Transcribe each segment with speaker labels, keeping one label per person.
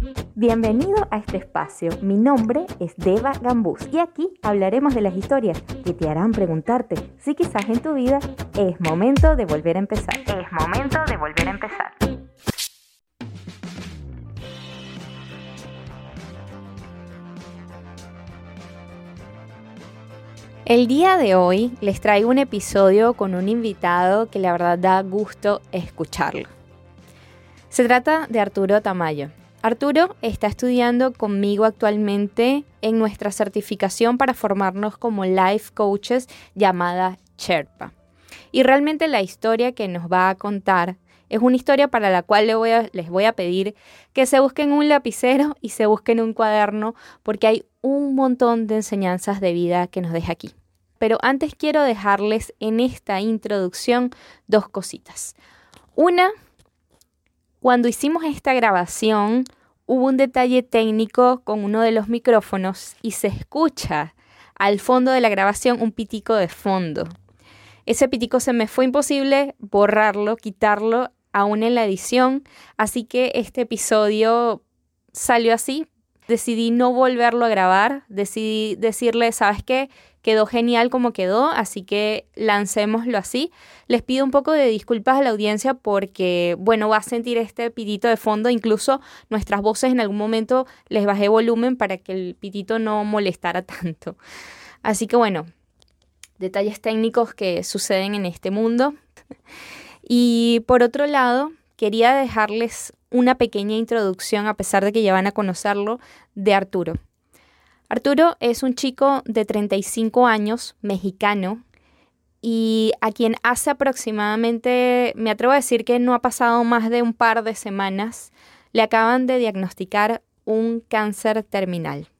Speaker 1: Bienvenido a este espacio. Mi nombre es Deva Gambús y aquí hablaremos de las historias que te harán preguntarte si quizás en tu vida es momento de volver a empezar. Es momento de volver a empezar. El día de hoy les traigo un episodio con un invitado que la verdad da gusto escucharlo. Se trata de Arturo Tamayo. Arturo está estudiando conmigo actualmente en nuestra certificación para formarnos como life coaches llamada Sherpa. Y realmente la historia que nos va a contar es una historia para la cual les voy a pedir que se busquen un lapicero y se busquen un cuaderno porque hay un montón de enseñanzas de vida que nos deja aquí. Pero antes quiero dejarles en esta introducción dos cositas. Una, cuando hicimos esta grabación, hubo un detalle técnico con uno de los micrófonos y se escucha al fondo de la grabación un pitico de fondo. Ese pitico se me fue imposible borrarlo, quitarlo aún en la edición, así que este episodio salió así. Decidí no volverlo a grabar, decidí decirle, ¿sabes qué? Quedó genial como quedó, así que lancémoslo así. Les pido un poco de disculpas a la audiencia porque, bueno, va a sentir este pitito de fondo. Incluso nuestras voces en algún momento les bajé volumen para que el pitito no molestara tanto. Así que, bueno, detalles técnicos que suceden en este mundo. Y por otro lado, quería dejarles una pequeña introducción, a pesar de que ya van a conocerlo, de Arturo. Arturo es un chico de 35 años, mexicano, y a quien hace aproximadamente, me atrevo a decir que no ha pasado más de un par de semanas, le acaban de diagnosticar un cáncer terminal.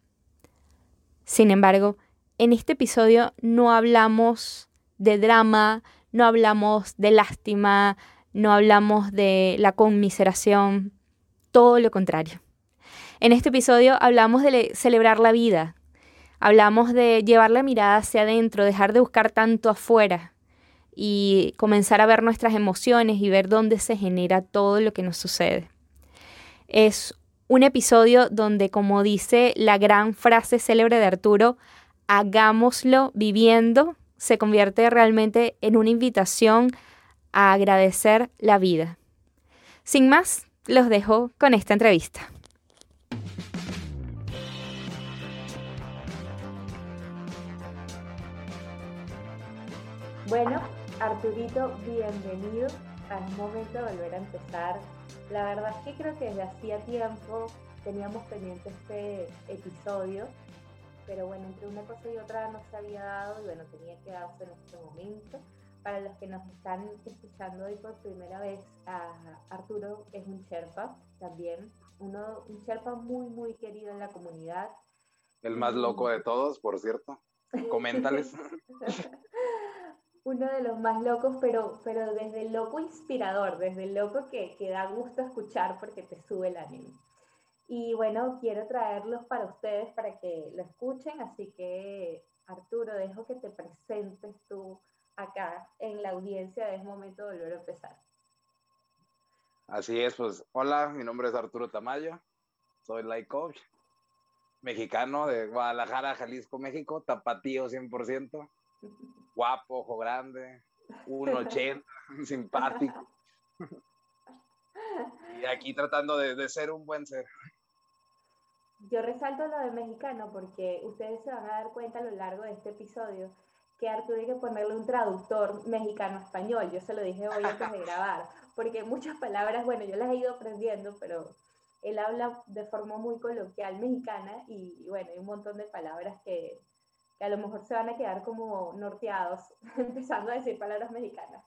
Speaker 1: Sin embargo, en este episodio no hablamos de drama, no hablamos de lástima, no hablamos de la conmiseración, todo lo contrario. En este episodio hablamos de celebrar la vida, hablamos de llevar la mirada hacia adentro, dejar de buscar tanto afuera y comenzar a ver nuestras emociones y ver dónde se genera todo lo que nos sucede. Es un episodio donde, como dice la gran frase célebre de Arturo, hagámoslo viviendo, se convierte realmente en una invitación a agradecer la vida. Sin más, los dejo con esta entrevista. Bueno, Arturito, bienvenido. Es momento de volver a empezar. La verdad es que creo que desde hacía tiempo teníamos pendiente este episodio, pero bueno, entre una cosa y otra no se había dado y bueno, tenía que darse en este momento. Para los que nos están escuchando hoy por primera vez, Arturo es un Sherpa también, un Sherpa muy, muy querido en la comunidad.
Speaker 2: El más loco de todos, por cierto. Coméntales.
Speaker 1: Uno de los más locos, pero desde el loco inspirador, desde el loco que da gusto escuchar porque te sube el ánimo. Y bueno, quiero traerlos para ustedes para que lo escuchen, así que Arturo, dejo que te presentes tú acá en la audiencia. Es momento de volver a empezar.
Speaker 2: Así es, pues hola, mi nombre es Arturo Tamayo, soy life coach, mexicano de Guadalajara, Jalisco, México, tapatío 100%, guapo, ojo grande, 1.80, simpático, y aquí tratando de ser un buen ser.
Speaker 1: Yo resalto lo de mexicano porque ustedes se van a dar cuenta a lo largo de este episodio que Arturo hay que ponerle un traductor mexicano-español. Yo se lo dije hoy antes de grabar, porque muchas palabras, bueno, yo las he ido aprendiendo, pero él habla de forma muy coloquial mexicana y bueno, hay un montón de palabras que a lo mejor se van a quedar como norteados, empezando a decir palabras mexicanas.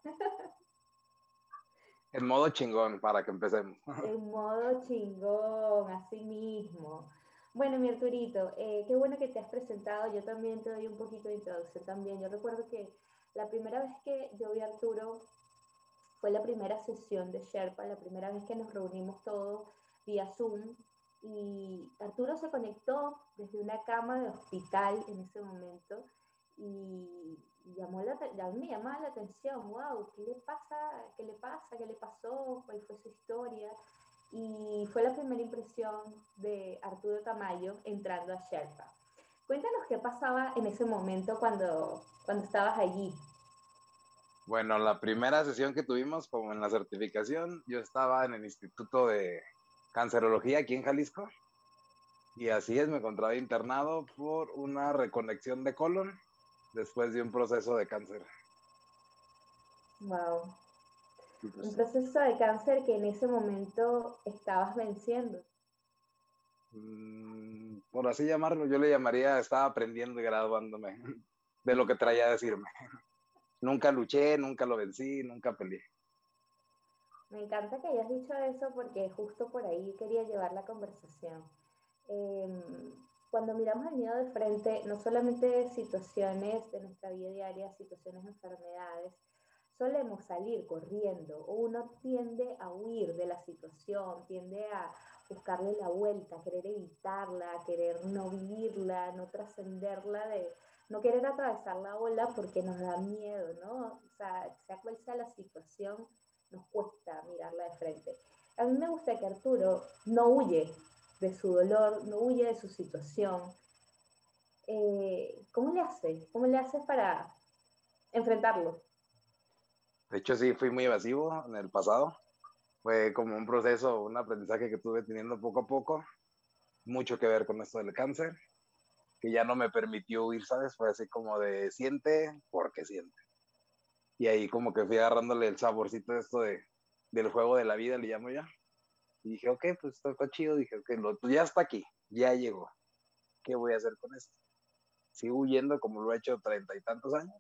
Speaker 2: En modo chingón, para que empecemos.
Speaker 1: En modo chingón, así mismo. Bueno, mi Arturito, qué bueno que te has presentado. Yo también te doy un poquito de introducción también. Yo recuerdo que la primera vez que yo vi a Arturo fue la primera sesión de Sherpa, la primera vez que nos reunimos todos vía Zoom. Y Arturo se conectó desde una cama de hospital en ese momento y ya me llamaba la atención. Wow, ¿qué le pasa? ¿Qué le pasa? ¿Qué le pasó? ¿Cuál fue su historia? y fue la primera impresión de Arturo Tamayo entrando a Sherpa. Cuéntanos qué pasaba en ese momento cuando estabas allí.
Speaker 2: Bueno, la primera sesión que tuvimos, como en la certificación, yo estaba en el Instituto de Cancerología aquí en Jalisco, y así es, me encontraba internado por una reconexión de colon después de un proceso de cáncer.
Speaker 1: Wow.
Speaker 2: Y pues,
Speaker 1: Un proceso de cáncer que en ese momento estabas venciendo.
Speaker 2: por así llamarlo, yo le llamaría, estaba aprendiendo y graduándome de lo que traía a decirme. Nunca luché, nunca lo vencí, nunca peleé.
Speaker 1: Me encanta que hayas dicho eso porque justo por ahí quería llevar la conversación. Eh, Cuando miramos el miedo de frente, no solamente situaciones de nuestra vida diaria, situaciones de enfermedades, solemos salir corriendo o uno tiende a huir de la situación, tiende a buscarle la vuelta, a querer evitarla, a querer no vivirla, no trascenderla, de no querer atravesar la ola porque nos da miedo, ¿no? O sea cual sea la situación, nos cuesta mirarla de frente. A mí me gusta que Arturo no huye de su dolor, no huye de su situación. ¿Cómo le hace? ¿Cómo le haces para enfrentarlo?
Speaker 2: De hecho, sí, fui muy evasivo en el pasado. Fue como un proceso, un aprendizaje que tuve teniendo poco a poco, mucho que ver con esto del cáncer, que ya no me permitió huir, ¿sabes? Fue así como de siente porque siente. Y ahí como que fui agarrándole el saborcito de esto del juego de la vida, le llamo ya. Y dije, ok, pues está chido. Dije, ok, pues ya está aquí, ya llegó. ¿Qué voy a hacer con esto? ¿Sigo huyendo como lo he hecho 30 y tantos años?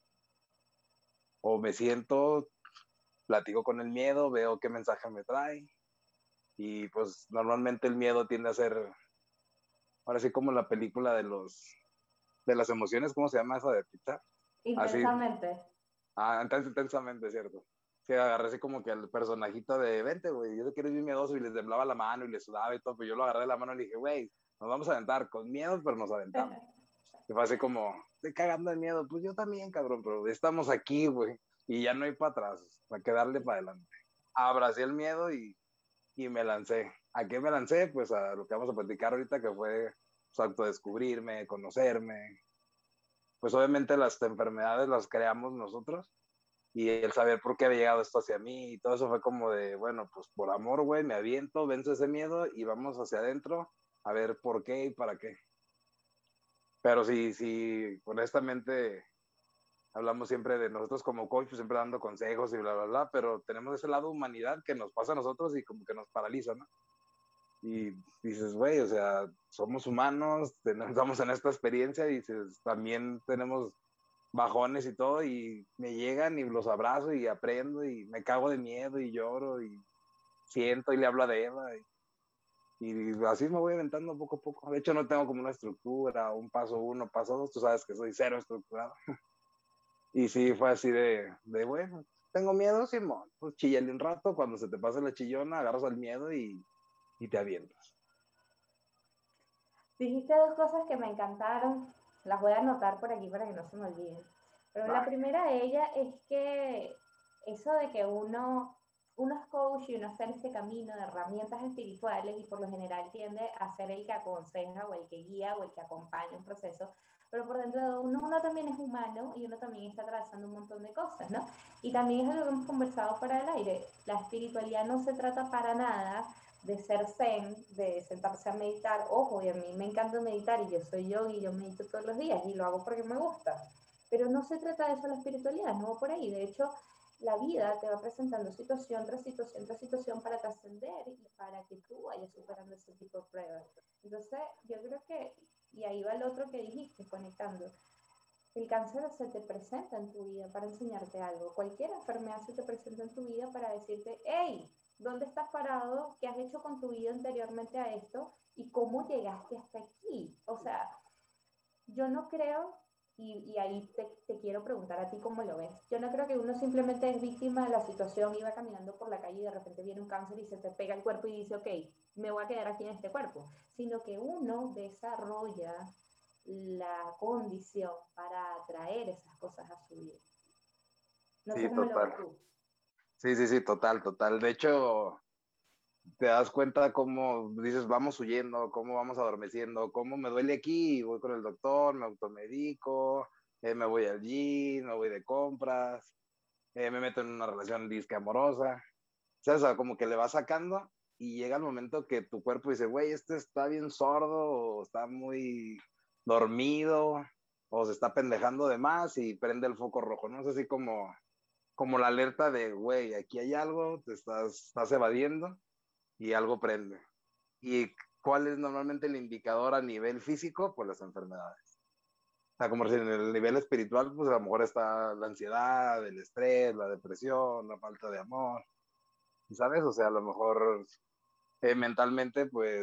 Speaker 2: ¿O me siento, platico con el miedo, veo qué mensaje me trae? Y pues normalmente el miedo tiende a ser, ahora sí como la película de las emociones, ¿cómo se llama esa de Pixar? Así,
Speaker 1: Intensamente.
Speaker 2: intensamente, ¿cierto? Sí, agarré así como que al personajito de, vente, güey, yo sé que eres bien miedoso y les temblaba la mano y les sudaba y todo, pero yo lo agarré de la mano y le dije, güey, nos vamos a aventar con miedo, pero nos aventamos. Y fue así como, estoy cagando de miedo, pues yo también, cabrón, pero estamos aquí, güey, y ya no hay para atrás, hay que darle para adelante. Abracé el miedo y me lancé. ¿A qué me lancé? Pues a lo que vamos a platicar ahorita, que fue pues, autodescubrirme, conocerme. Pues obviamente las enfermedades las creamos nosotros y el saber por qué había llegado esto hacia mí y todo eso fue como de, bueno, pues por amor, güey, me aviento, venzo ese miedo y vamos hacia adentro a ver por qué y para qué. Pero sí, sí, honestamente, hablamos siempre de nosotros como coach, pues, siempre dando consejos y bla, bla, bla, pero tenemos ese lado de humanidad que nos pasa a nosotros y como que nos paraliza, ¿no? Y dices, güey, o sea, somos humanos, estamos en esta experiencia y dices, también tenemos bajones y todo, y me llegan y los abrazo y aprendo y me cago de miedo y lloro y siento y le hablo a Eva y así me voy aventando poco a poco. De hecho, no tengo como una estructura, un paso uno, paso dos, tú sabes que soy cero estructurado. Y sí, fue así de bueno, tengo miedo, Simón, pues chíllale un rato, cuando se te pase la chillona, agarras el miedo y te avientas.
Speaker 1: Dijiste dos cosas que me encantaron, las voy a anotar por aquí para que no se me olviden. Pero
Speaker 2: Va.
Speaker 1: la primera de ellas es que eso de que uno es coach y uno está en este camino de herramientas espirituales y por lo general tiende a ser el que aconseja o el que guía o el que acompaña un proceso, pero por dentro de uno también es humano y uno también está atravesando un montón de cosas, ¿no? Y también es algo que hemos conversado fuera del aire, la espiritualidad no se trata para nada de ser zen, de sentarse a meditar. Ojo, y a mí me encanta meditar y yo soy yogi y yo medito todos los días y lo hago porque me gusta. Pero no se trata de eso la espiritualidad, no va por ahí. De hecho, la vida te va presentando situación tras situación tras situación para trascender y para que tú vayas superando ese tipo de pruebas. Entonces, yo creo que, y ahí va el otro que dijiste, conectando, el cáncer se te presenta en tu vida para enseñarte algo. Cualquier enfermedad se te presenta en tu vida para decirte, hey, ¿dónde estás parado? ¿Qué has hecho con tu vida anteriormente a esto? ¿Y cómo llegaste hasta aquí? O sea, yo no creo, y ahí te quiero preguntar a ti cómo lo ves, yo no creo que uno simplemente es víctima de la situación, iba caminando por la calle y de repente viene un cáncer y se te pega el cuerpo y dice, ok, me voy a quedar aquí en este cuerpo, sino que uno desarrolla la condición para atraer esas cosas a su vida. No sé
Speaker 2: Sí,
Speaker 1: cómo lo ves
Speaker 2: total.
Speaker 1: tú.
Speaker 2: Sí, sí, sí, total, total. De hecho, te das cuenta cómo dices, vamos huyendo, cómo vamos adormeciendo, cómo me duele aquí, y voy con el doctor, me automedico, me voy al gym, me voy de compras, me meto en una relación disque amorosa. O sea, como que le vas sacando y llega el momento que tu cuerpo dice, güey, este está bien sordo o está muy dormido o se está pendejando de más y prende el foco rojo, ¿no? Es así como la alerta de, güey, aquí hay algo, estás evadiendo y algo prende. ¿Y cuál es normalmente el indicador a nivel físico? Pues las enfermedades. O sea, como si en el nivel espiritual, pues a lo mejor está la ansiedad, el estrés, la depresión, la falta de amor, ¿sabes? O sea, a lo mejor mentalmente,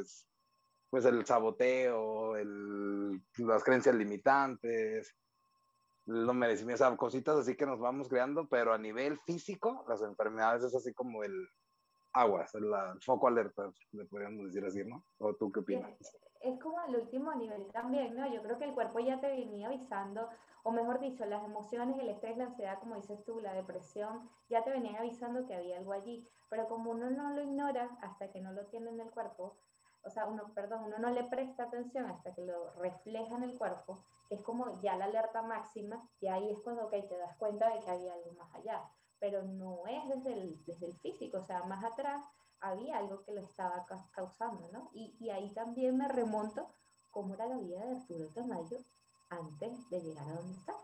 Speaker 2: pues el saboteo, las creencias limitantes, los merecimientos, o sea, cositas así que nos vamos creando, pero a nivel físico, las enfermedades es así como el aguas, el foco alerta, le podríamos decir así, ¿no? ¿O tú qué
Speaker 1: Y
Speaker 2: opinas?
Speaker 1: es como el último nivel también, ¿no? Yo creo que el cuerpo ya te venía avisando, o mejor dicho, las emociones, el estrés, la ansiedad, como dices tú, la depresión, ya te venían avisando que había algo allí. Pero como uno no lo ignora hasta que no lo tiene en el cuerpo, o sea, uno no le presta atención hasta que lo refleja en el cuerpo, es como ya la alerta máxima, y ahí es cuando, ok, te das cuenta de que había algo más allá. Pero no es desde el físico, o sea, más atrás había algo que lo estaba causando, ¿no? Y ahí también me remonto cómo era la vida de Arturo Tamayo antes de llegar a donde está.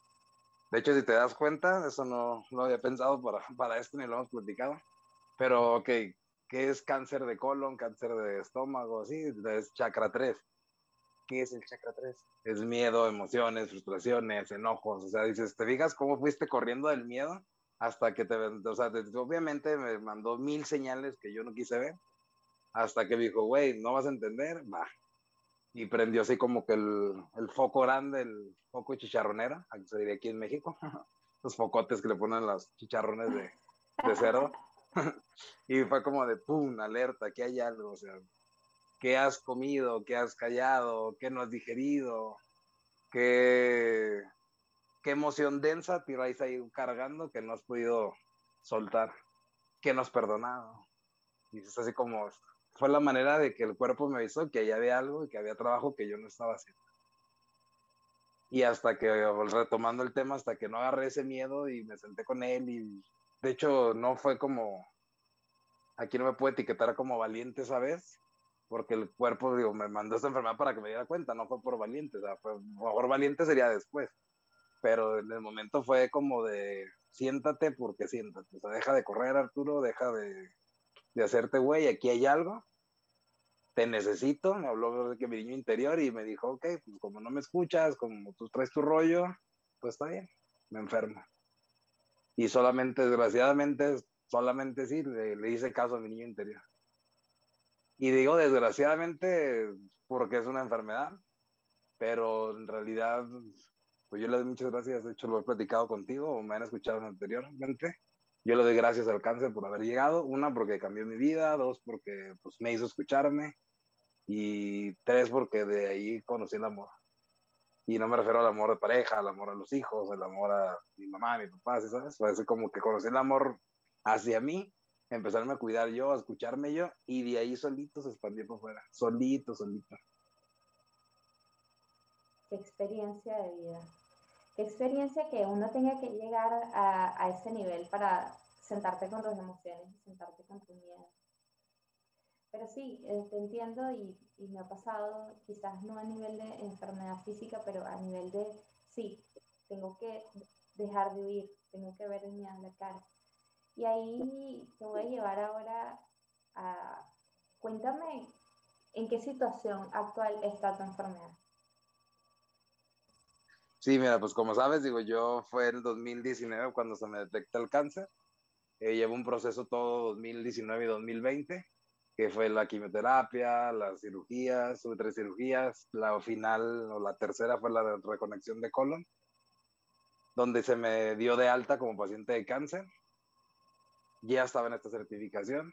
Speaker 2: De hecho, si te das cuenta, eso no lo había pensado para esto ni lo hemos platicado, pero ok, ¿qué es cáncer de colon, cáncer de estómago? Sí, es chakra 3. ¿Qué es el chakra 3? Es miedo, emociones, frustraciones, enojos. O sea, dices, ¿te fijas cómo fuiste corriendo del miedo hasta que o sea, obviamente me mandó mil señales que yo no quise ver, hasta que me dijo, güey, no vas a entender, va. Y prendió así como que el foco grande, el foco chicharronera, se diría aquí en México, los focotes que le ponen los chicharrones de cerdo. Y fue como de, ¡pum!, alerta, aquí hay algo, o sea, ¿qué has comido? ¿Qué has callado? ¿Qué no has digerido? ¿Qué, qué emoción densa tiráis ahí cargando que no has podido soltar? ¿Qué no has perdonado? Y es así como, fue la manera de que el cuerpo me avisó que allá había algo y que había trabajo que yo no estaba haciendo. Y hasta que, retomando el tema, hasta que no agarré ese miedo y me senté con él y de hecho no fue como, aquí no me puede etiquetar como valiente esa vez, porque el cuerpo, digo, me mandó esta enfermedad para que me diera cuenta, no fue por valiente, o sea, fue, a lo mejor valiente sería después, pero en el momento fue como de, siéntate porque siéntate, o sea, deja de correr, Arturo, deja de hacerte güey, aquí hay algo, te necesito, me habló de que mi niño interior y me dijo, ok, pues como no me escuchas, como tú traes tu rollo, pues está bien, me enfermo. Y solamente, desgraciadamente, solamente sí, le hice caso a mi niño interior. Y digo desgraciadamente porque es una enfermedad, pero en realidad, pues yo le doy muchas gracias, de hecho lo he platicado contigo o me han escuchado anteriormente. Yo le doy gracias al cáncer por haber llegado, una porque cambió mi vida, dos porque pues, me hizo escucharme y tres porque de ahí conocí el amor. Y no me refiero al amor de pareja, al amor a los hijos, al amor a mi mamá, a mi papá, ¿sí sabes? Fue así como que conocí el amor hacia mí, empezarme a cuidar yo, a escucharme yo, y de ahí solito se expandió por fuera, solito, solito.
Speaker 1: Qué experiencia de vida. Qué experiencia que uno tenga que llegar a ese nivel para sentarte con tus emociones y sentarte con tu miedo. Pero sí, te entiendo y me ha pasado, quizás no a nivel de enfermedad física, pero a nivel de, sí, tengo que dejar de huir, tengo que ver el miedo en la cara. Y ahí te voy a llevar ahora a, cuéntame en qué situación actual está tu enfermedad.
Speaker 2: Sí, mira, pues como sabes, digo, yo fue en el 2019 cuando se me detecta el cáncer. Llevo un proceso todo 2019 y 2020, que fue la quimioterapia, las cirugías, tuve tres cirugías, la final o la tercera fue la reconexión de colon, donde se me dio de alta como paciente de cáncer. Ya estaba en esta certificación.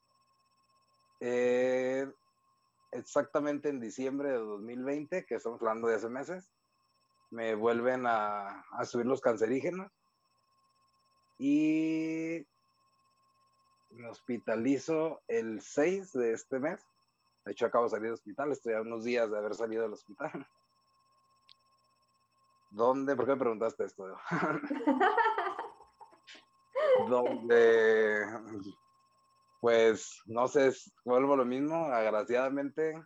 Speaker 2: Eh, Exactamente en diciembre de 2020, que estamos hablando de hace meses, me vuelven a subir los cancerígenos y Me hospitalizo el 6 de este mes. De hecho, acabo de salir del hospital. Estoy a unos días de haber salido del hospital. ¿Dónde? ¿Por qué me preguntaste esto? Donde, pues, no sé, vuelvo a lo mismo. Agraciadamente,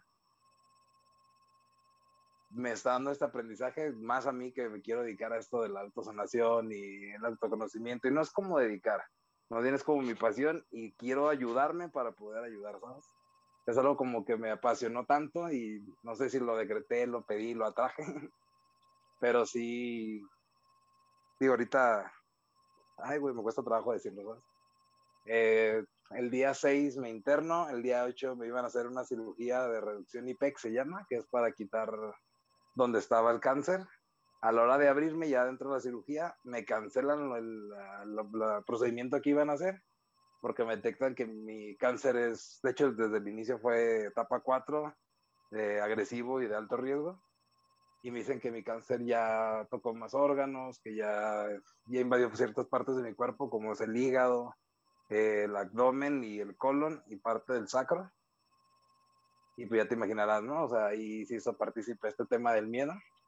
Speaker 2: me está dando este aprendizaje más a mí que me quiero dedicar a esto de la autosanación y el autoconocimiento. Y no es como dedicar, no bien es como mi pasión y quiero ayudarme para poder ayudar, ¿sabes? Es algo como que me apasionó tanto y no sé si lo decreté, lo pedí, lo atraje, pero sí, digo, ahorita, ay, güey, me cuesta trabajo decirlo, ¿sabes? El día 6 me interno, el día 8 me iban a hacer una cirugía de reducción IPEC, se llama, que es para quitar donde estaba el cáncer. A la hora de abrirme, ya dentro de la cirugía, me cancelan el procedimiento que iban a hacer, porque me detectan que mi cáncer es, de hecho, desde el inicio fue etapa 4, agresivo y de alto riesgo, y me dicen que mi cáncer ya tocó más órganos, que ya invadió ciertas partes de mi cuerpo, como es el hígado, el abdomen y el colon y parte del sacro. Y pues ya te imaginarás, ¿no? O sea, ahí sí hizo partícipe este tema del miedo.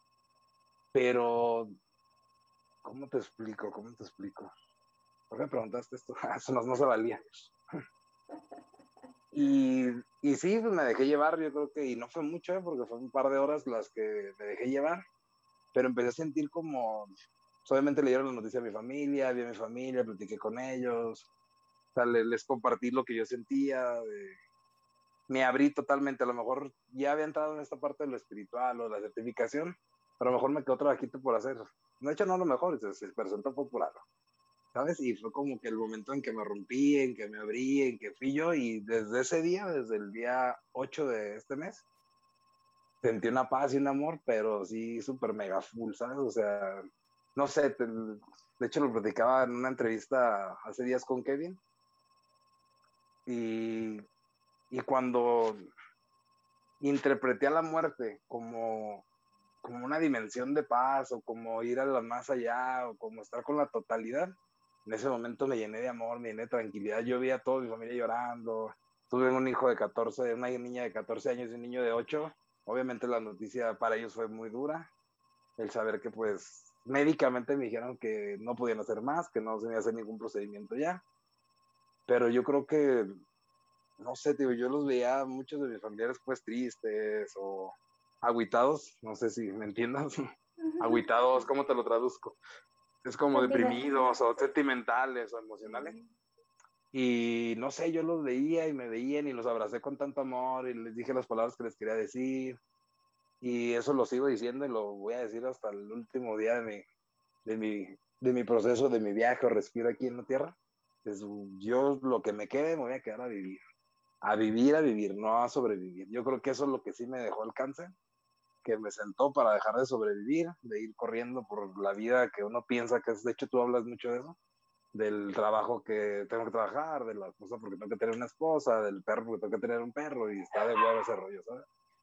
Speaker 2: Pero, ¿cómo te explico? ¿Cómo te explico? ¿Por qué me preguntaste esto? Eso no se valía. Y, y sí, pues me dejé llevar, yo creo que, y no fue mucho, porque fue un par de horas las que me dejé llevar, pero empecé a sentir como, pues, obviamente le dieron la noticia a mi familia, vi a mi familia, platiqué con ellos, o sea, les compartí lo que yo sentía, me abrí totalmente, a lo mejor ya había entrado en esta parte de lo espiritual o la certificación, pero a lo mejor me quedó trabajito por hacer. De hecho, no lo mejor, se presentó popular, ¿sabes? Y fue como que el momento en que me rompí, en que me abrí, en que fui yo, y desde ese día, desde el día 8 de este mes, sentí una paz y un amor, pero sí súper mega full, ¿sabes? O sea, no sé, de hecho lo platicaba en una entrevista hace días con Kevin, y, y cuando interpreté a la muerte como una dimensión de paz, o como ir a lo más allá, o como estar con la totalidad, en ese momento me llené de amor, me llené de tranquilidad. Yo vi a toda mi familia llorando. Tuve un hijo de 14, una niña de 14 años y un niño de 8. Obviamente la noticia para ellos fue muy dura. El saber que pues médicamente me dijeron que no podían hacer más, que no se iba a hacer ningún procedimiento ya. Pero yo creo que, no sé, tío, yo los veía muchos de mis familiares pues tristes o agüitados, no sé si me entiendas. Agüitados, ¿cómo te lo traduzco? Es como deprimidos o sentimentales o emocionales. Y no sé, yo los veía y me veían y los abracé con tanto amor y les dije las palabras que les quería decir. Y eso lo sigo diciendo y lo voy a decir hasta el último día de mi, de mi proceso, de mi viaje o respiro aquí en la tierra. Es, yo lo que me quede me voy a quedar a vivir. A vivir, no a sobrevivir. Yo creo que eso es lo que sí me dejó el cáncer, que me sentó para dejar de sobrevivir, de ir corriendo por la vida que uno piensa que es. De hecho, tú hablas mucho de eso, del trabajo que tengo que trabajar, de la esposa porque tengo que tener una esposa, del perro porque tengo que tener un perro, y está de huevo ese rollo, ¿sabes?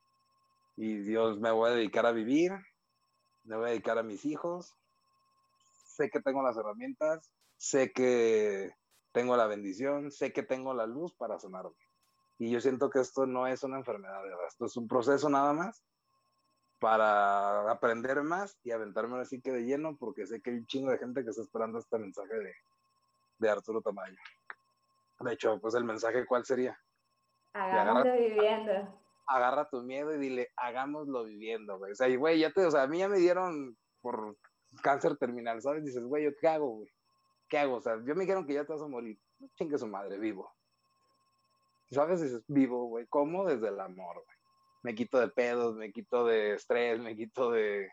Speaker 2: Y Dios, me voy a dedicar a vivir, me voy a dedicar a mis hijos, sé que tengo las herramientas, sé que tengo la bendición, sé que tengo la luz para sanarme. Y yo siento que esto no es una enfermedad, ¿verdad? Esto es un proceso nada más para aprender más y aventarme así que de lleno, porque sé que hay un chingo de gente que está esperando este mensaje de Arturo Tamayo. De hecho, pues el mensaje, ¿cuál sería? Y
Speaker 1: Hagámoslo viviendo.
Speaker 2: agarra tu miedo y dile, hagámoslo viviendo, güey. O sea, y güey, o sea, a mí ya me dieron por cáncer terminal, ¿sabes? Dices, güey, ¿yo qué hago, güey? ¿Qué hago? O sea, yo me dijeron que ya te vas a morir. Chingue su madre, vivo. ¿Sabes? Dices, vivo, güey. ¿Cómo? Desde el amor, güey. Me quito de pedos, me quito de estrés, me quito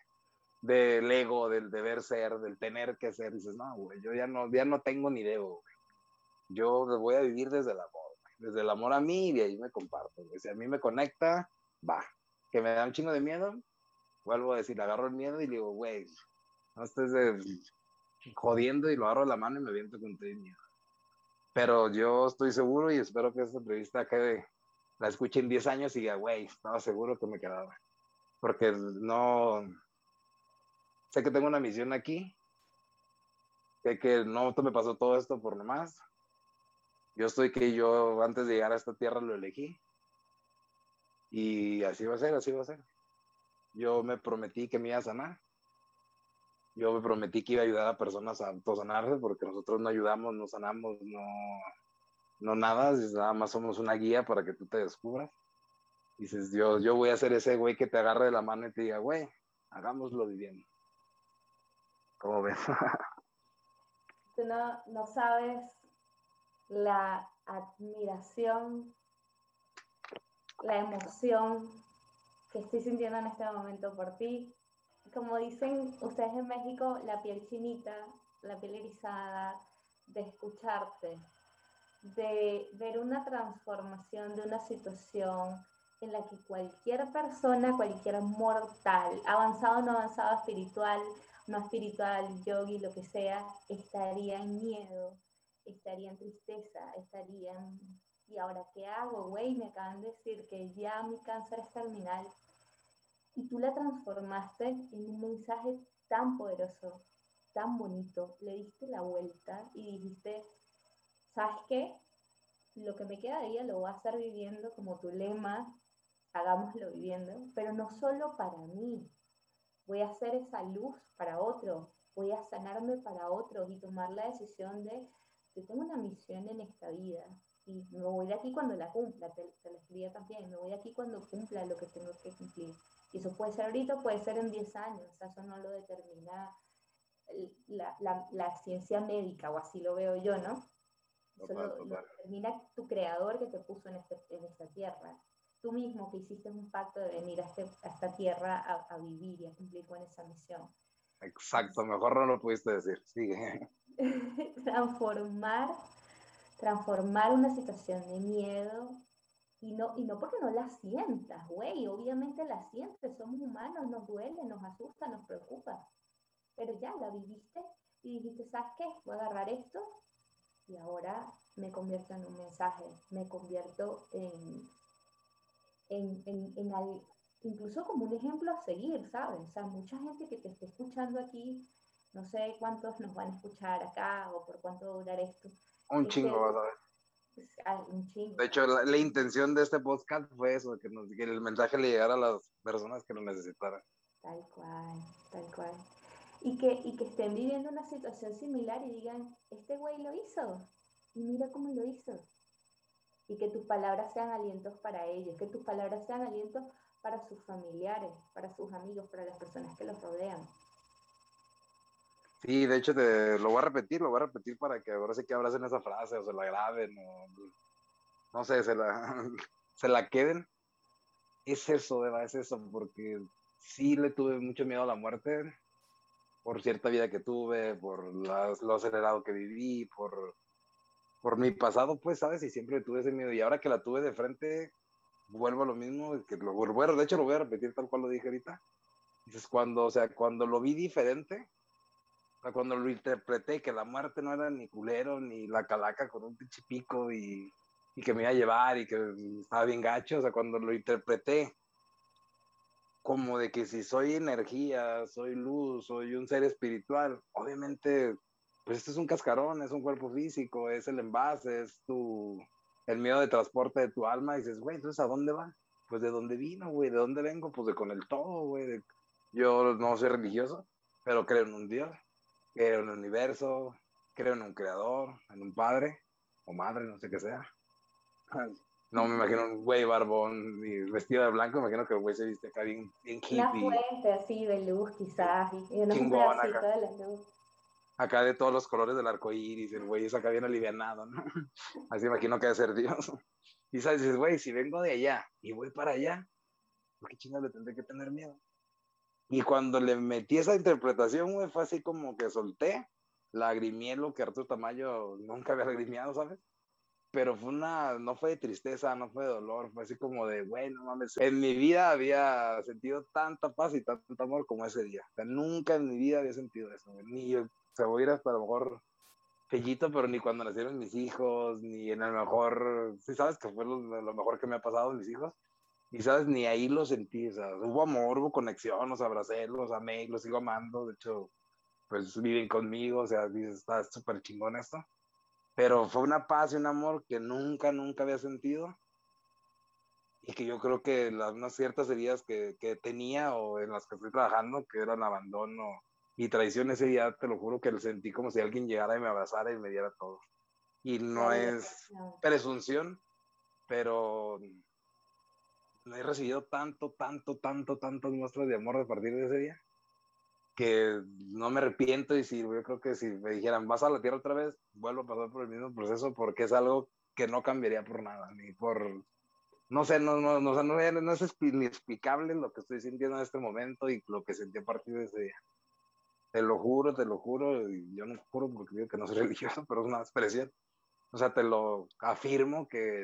Speaker 2: del ego, del deber ser, del tener que ser. Dices, no, güey, yo ya no tengo ni debo, güey. Yo voy a vivir desde el amor, güey. Desde el amor a mí, y de ahí me comparto, güey. Si a mí me conecta, va. Que me da un chingo de miedo, vuelvo a decir, agarro el miedo y digo, güey, no estés jodiendo, y lo agarro de la mano y me viento con todo el miedo. Pero yo estoy seguro y espero que esta entrevista quede, la escuche en 10 años y diga, güey, estaba seguro que me quedaba. Porque no, sé que tengo una misión aquí, sé que no me pasó todo esto por nomás, Yo estoy que yo antes de llegar a esta tierra lo elegí. Y así va a ser, así va a ser. Yo me prometí que me iba a sanar. Yo me prometí que iba a ayudar a personas a autosanarse porque nosotros no ayudamos, no sanamos, no nada, nada más somos una guía para que tú te descubras. Dices, yo voy a ser ese güey que te agarre de la mano y te diga, güey, hagámoslo viviendo. ¿Cómo ves?
Speaker 1: Tú no sabes la admiración, la emoción que estoy sintiendo en este momento por ti. Como dicen ustedes en México, la piel chinita, la piel erizada, de escucharte, de ver una transformación de una situación en la que cualquier persona, cualquier mortal, avanzado o no avanzado, espiritual, no espiritual, yogi, lo que sea, estaría en miedo, estaría en tristeza, estaría en... ¿Y ahora qué hago, güey? Me acaban de decir que ya mi cáncer es terminal. Y tú la transformaste en un mensaje tan poderoso, tan bonito. Le diste la vuelta y dijiste, ¿sabes qué? Lo que me queda de ella lo voy a estar viviendo como tu lema, hagámoslo viviendo, pero no solo para mí. Voy a hacer esa luz para otro, voy a sanarme para otros y tomar la decisión de, yo tengo una misión en esta vida y me voy de aquí cuando la cumpla, te lo escribía también, me voy de aquí cuando cumpla lo que tengo que cumplir. Y eso puede ser ahorita, puede ser en 10 años, o sea, eso no lo determina la ciencia médica, o así lo veo yo, ¿no? Eso
Speaker 2: Total,
Speaker 1: lo
Speaker 2: total.
Speaker 1: determina tu creador que te puso en esta tierra. Tú mismo que hiciste un pacto de venir a esta tierra a vivir y a cumplir con esa misión.
Speaker 2: Exacto, mejor no lo pudiste decir. Sigue.
Speaker 1: transformar, transformar una situación de miedo y no porque no la sientas, güey, obviamente la sientes, somos humanos, nos duele, nos asusta, nos preocupa, pero ya la viviste y dijiste, ¿sabes qué? Voy a agarrar esto y ahora me convierto en un mensaje, me convierto en incluso como un ejemplo a seguir, ¿sabes? O sea, mucha gente que te esté escuchando aquí, no sé cuántos nos van a escuchar acá o por cuánto va a durar esto,
Speaker 2: Un chingo,
Speaker 1: que
Speaker 2: vas a ver.
Speaker 1: es un chingo.
Speaker 2: De hecho, la intención de este podcast fue eso, que el mensaje le llegara a las personas que lo necesitaran.
Speaker 1: Tal cual, tal cual. Y que estén viviendo una situación similar y digan, este güey lo hizo, y mira cómo lo hizo. Y que tus palabras sean alientos para ellos, que tus palabras sean alientos para sus familiares, para sus amigos, para las personas que los rodean.
Speaker 2: Sí, de hecho, lo voy a repetir para que ahora sí que abracen esa frase o se la graben o no sé, se la queden. Es eso, Eva, es eso, porque sí le tuve mucho miedo a la muerte por cierta vida que tuve, por lo acelerado que viví, por mi pasado, pues, ¿sabes? Y siempre tuve ese miedo. Y ahora que la tuve de frente, vuelvo a lo mismo, bueno, de hecho lo voy a repetir tal cual lo dije ahorita. Dices, o sea, cuando lo vi diferente, o sea, cuando lo interpreté, que la muerte no era ni culero, ni la calaca con un pinche pico y que me iba a llevar y que estaba bien gacho, o sea, cuando lo interpreté como de que si soy energía, soy luz, soy un ser espiritual, obviamente, pues esto es un cascarón, es un cuerpo físico, es el envase, el medio de transporte de tu alma, y dices, güey, entonces ¿a dónde va? Pues de dónde vino, güey, ¿de dónde vengo? Pues de con el todo, güey. Yo no soy religioso, pero creo en un Dios, creo en el universo, creo en un creador, en un padre o madre, no sé qué sea. No me imagino un güey barbón y vestido de blanco, me imagino que el güey se viste acá bien
Speaker 1: Una
Speaker 2: hippie,
Speaker 1: fuente así de luz quizás y uno es un
Speaker 2: chingón
Speaker 1: pedacito
Speaker 2: acá,
Speaker 1: de la luz.
Speaker 2: acá de todos los colores del arco iris, el güey es acá bien alivianado, ¿no? Así imagino que debe ser Dios. Y sabes, dices, güey, si vengo de allá y voy para allá, ¿por qué chingados le tendré que tener miedo? Y cuando le metí esa interpretación, güey, fue así como que solté, lagrimié lo que Arturo Tamayo nunca había lagrimeado, ¿sabes? Pero no fue de tristeza, no fue de dolor, fue así como de, güey, no mames, en mi vida había sentido tanta paz y tanto amor como ese día. O sea, nunca en mi vida había sentido eso, güey. Ni yo, o sea, voy a ir hasta a lo mejor fellito, pero ni cuando nacieron mis hijos, ni en el mejor, sí sabes que fue lo mejor que me ha pasado a mis hijos, y sabes, ni ahí lo sentí, o sea, hubo amor, hubo conexión, los abracé, los amé, los sigo amando, de hecho, pues viven conmigo, o sea, dices, está súper chingón esto, pero fue una paz y un amor que nunca, nunca había sentido y que yo creo que las unas ciertas heridas que tenía o en las que estoy trabajando, que eran abandono y traición, ese día te lo juro que lo sentí como si alguien llegara y me abrazara y me diera todo. Y
Speaker 1: La
Speaker 2: no es
Speaker 1: liberación.
Speaker 2: presunción, pero no he recibido tantas muestras de amor a partir de ese día que no me arrepiento y si yo creo que si me dijeran vas a la tierra otra vez, vuelvo a pasar por el mismo proceso porque es algo que no cambiaría por nada, ni por, no sé, no es ni explicable lo que estoy sintiendo en este momento y lo que sentí a partir de ese día. Te lo juro, y yo no juro porque digo que no soy religioso, pero es una expresión. O sea, te lo afirmo que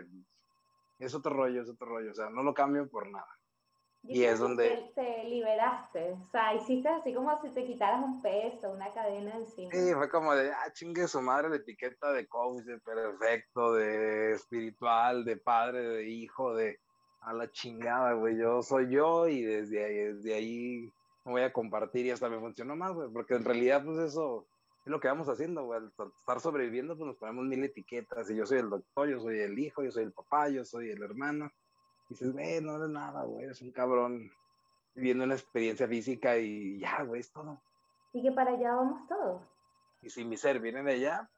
Speaker 2: es otro rollo, o sea, no lo cambio por nada.
Speaker 1: Yo
Speaker 2: Y es
Speaker 1: siento
Speaker 2: donde,
Speaker 1: que te liberaste, o sea, hiciste así como si te quitaras un peso, una cadena encima.
Speaker 2: sí, fue como de, chingue su madre la etiqueta de coach, de perfecto, de espiritual, de padre, de hijo, de a la chingada, güey, yo soy yo y desde ahí me voy a compartir y hasta me funcionó más, güey, porque en realidad, pues eso es lo que vamos haciendo, güey, al estar sobreviviendo, pues nos ponemos mil etiquetas y yo soy el doctor, yo soy el hijo, yo soy el papá, yo soy el hermano, y dices, güey, no eres nada, güey, es un cabrón viviendo una experiencia física y ya, güey, es todo.
Speaker 1: Y que para allá vamos todos.
Speaker 2: Y si mi ser viene de allá,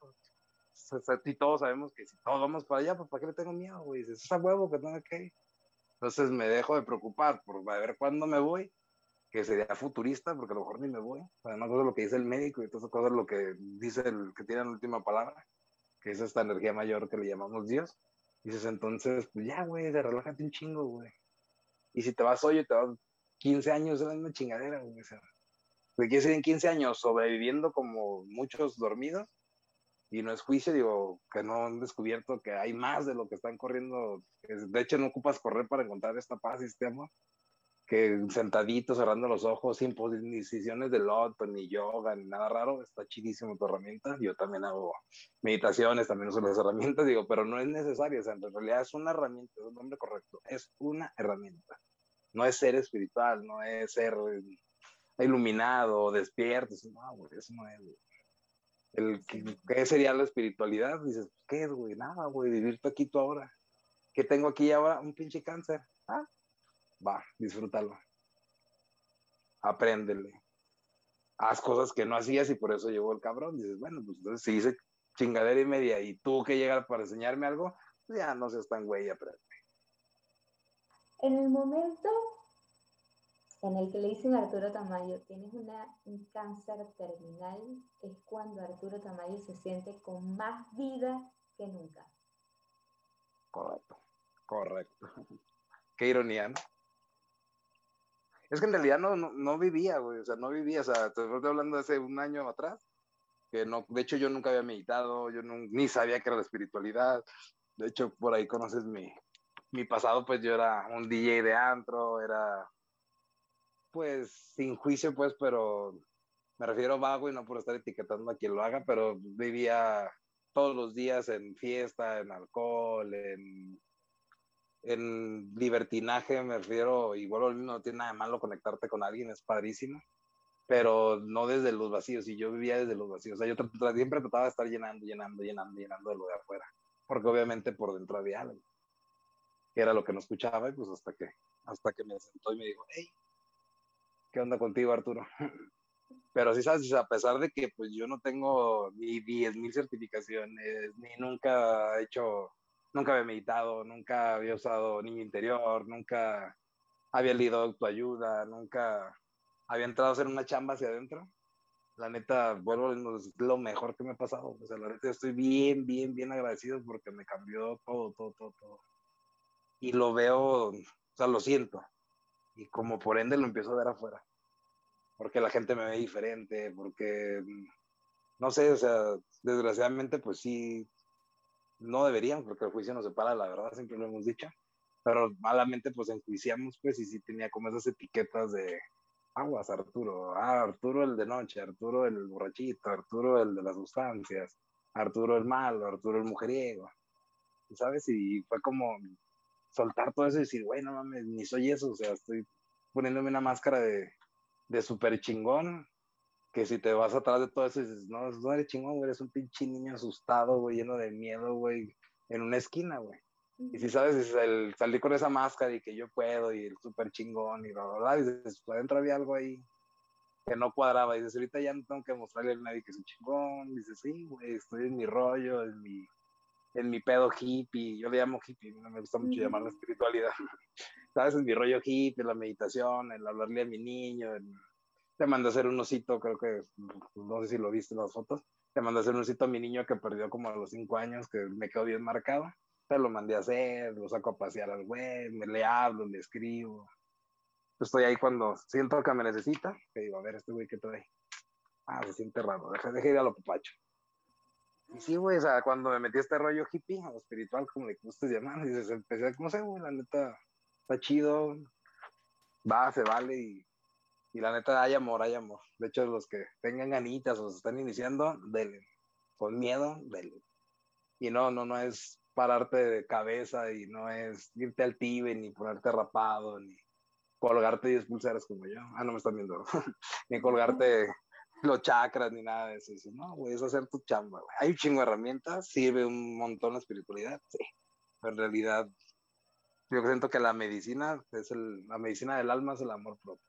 Speaker 2: y todos sabemos que si todos vamos para allá, pues ¿para qué le tengo miedo, güey? Dices, es a huevo que tengo que ir. Entonces me dejo de preocupar por a ver cuándo me voy, que sería futurista, porque a lo mejor ni me voy. Una cosa es lo que dice el médico y otra cosa es lo que dice el que tiene la última palabra, que es esta energía mayor que le llamamos Dios. Dices, entonces, pues ya, güey, relájate un chingo, güey. Y si te vas hoy, te vas 15 años, es la misma chingadera, güey. O sea, ¿qué quiere decir en 15 años? Sobreviviendo como muchos dormidos y no es juicio, digo, que no han descubierto que hay más de lo que están corriendo. De hecho, no ocupas correr para encontrar esta paz y este amor, que sentadito, cerrando los ojos, sin posiciones de loto, ni yoga, ni nada raro, está chidísimo tu herramienta. Yo también hago meditaciones, también uso las herramientas, digo, pero no es necesario, o sea, en realidad es una herramienta, es un nombre correcto, es una herramienta. No es ser espiritual, no es ser iluminado, despierto, no, güey, eso no es, güey. ¿Qué sería la espiritualidad? Dices, ¿qué es, güey? Nada, güey, vivir tú aquí, tú ahora. ¿Qué tengo aquí ahora? Un pinche cáncer. Va, disfrútalo. Apréndele. Haz cosas que no hacías y por eso llegó el cabrón. Dices, bueno, pues entonces si hice chingadera y media y tuvo que llegar para enseñarme algo, pues ya no seas tan güey, aprende.
Speaker 1: En el momento en el que le dicen a Arturo Tamayo, tienes un cáncer terminal, es cuando Arturo Tamayo se siente con más vida que nunca.
Speaker 2: Correcto, correcto. Qué ironía, ¿no? Es que en realidad no vivía, güey, o sea, no vivía, o sea, te estoy hablando de hace un año atrás, que no, de hecho yo nunca había meditado, yo ni sabía que era la espiritualidad, de hecho por ahí conoces mi pasado, pues yo era un DJ de antro, era pues sin juicio, pues, pero me refiero vago y no por estar etiquetando a quien lo haga, pero vivía todos los días en fiesta, en alcohol, en libertinaje, me refiero, y vuelvo al mismo, no tiene nada de malo conectarte con alguien, es padrísimo, pero no desde los vacíos, y yo vivía desde los vacíos, o sea, yo siempre trataba de estar llenando de lo de afuera, porque obviamente por dentro había algo, que era lo que no escuchaba, y pues hasta que me sentó y me dijo, hey, ¿qué onda contigo, Arturo? Pero sí, sabes, a pesar de que pues yo no tengo ni 10,000 certificaciones, ni nunca había meditado, nunca había usado niño interior, nunca había leído autoayuda, nunca había entrado a hacer una chamba hacia adentro. La neta, vuelvo, es lo mejor que me ha pasado. O sea, la neta estoy bien, bien, bien agradecido porque me cambió todo, todo, todo, todo. Y lo veo, o sea, lo siento. Y como por ende lo empiezo a ver afuera. Porque la gente me ve diferente, porque no sé, o sea, desgraciadamente, pues sí, no deberían, porque el juicio nos separa, la verdad, siempre lo hemos dicho, pero malamente, pues enjuiciamos, pues, y sí tenía como esas etiquetas de aguas, Arturo, Arturo el de noche, Arturo el borrachito, Arturo el de las sustancias, Arturo el malo, Arturo el mujeriego, ¿sabes? Y fue como soltar todo eso y decir, güey, no mames, ni soy eso, o sea, estoy poniéndome una máscara de súper chingón que si te vas atrás de todo eso, dices, no, no eres chingón, güey, eres un pinche niño asustado, güey, lleno de miedo, güey, en una esquina, güey. Y si sabes, dices, el salir con esa máscara y que yo puedo y el súper chingón y bla, bla, bla, dices, pues adentro había algo ahí que no cuadraba. Y dices, ahorita ya no tengo que mostrarle a nadie que soy chingón. Dices, sí, güey, estoy en mi rollo, en mi pedo hippie. Yo le llamo hippie, no me gusta mucho llamar la espiritualidad. ¿Sabes? En mi rollo hippie, la meditación, el hablarle a mi niño. Te mandé a hacer un osito, creo que, no sé si lo viste en las fotos. Te mandé a hacer un osito a mi niño que perdió como a los 5 años, que me quedó bien marcado. Te lo mandé a hacer, lo saco a pasear al güey, me le hablo, le escribo. Estoy ahí cuando siento que me necesita, que digo, a ver, este güey que trae. Ah, se siente raro, deja ir a lo papacho. Y sí, güey, o sea, cuando me metí a este rollo hippie o espiritual, como le gustes llamar, dices, empecé, no sé, güey, la neta, está chido, va, se vale y la neta hay amor, hay amor. De hecho, los que tengan ganitas o se están iniciando, denle. Con miedo, denle. Y no es pararte de cabeza y no es irte al tibe, ni ponerte rapado, ni colgarte 10 pulseras como yo. Ah, no me están viendo. Ni colgarte los chakras, ni nada de eso. Dices, no, güey, es hacer tu chamba, güey. Hay un chingo de herramientas, sirve un montón la espiritualidad, sí. Pero en realidad, yo siento que la medicina la medicina del alma es el amor propio.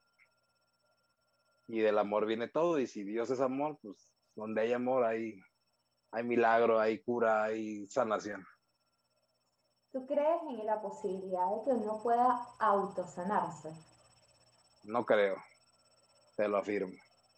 Speaker 2: Y del amor viene todo. Y si Dios es amor, pues donde hay amor hay milagro, hay cura, hay sanación.
Speaker 1: ¿Tú crees en la posibilidad de que uno pueda autosanarse?
Speaker 2: No creo, te lo afirmo.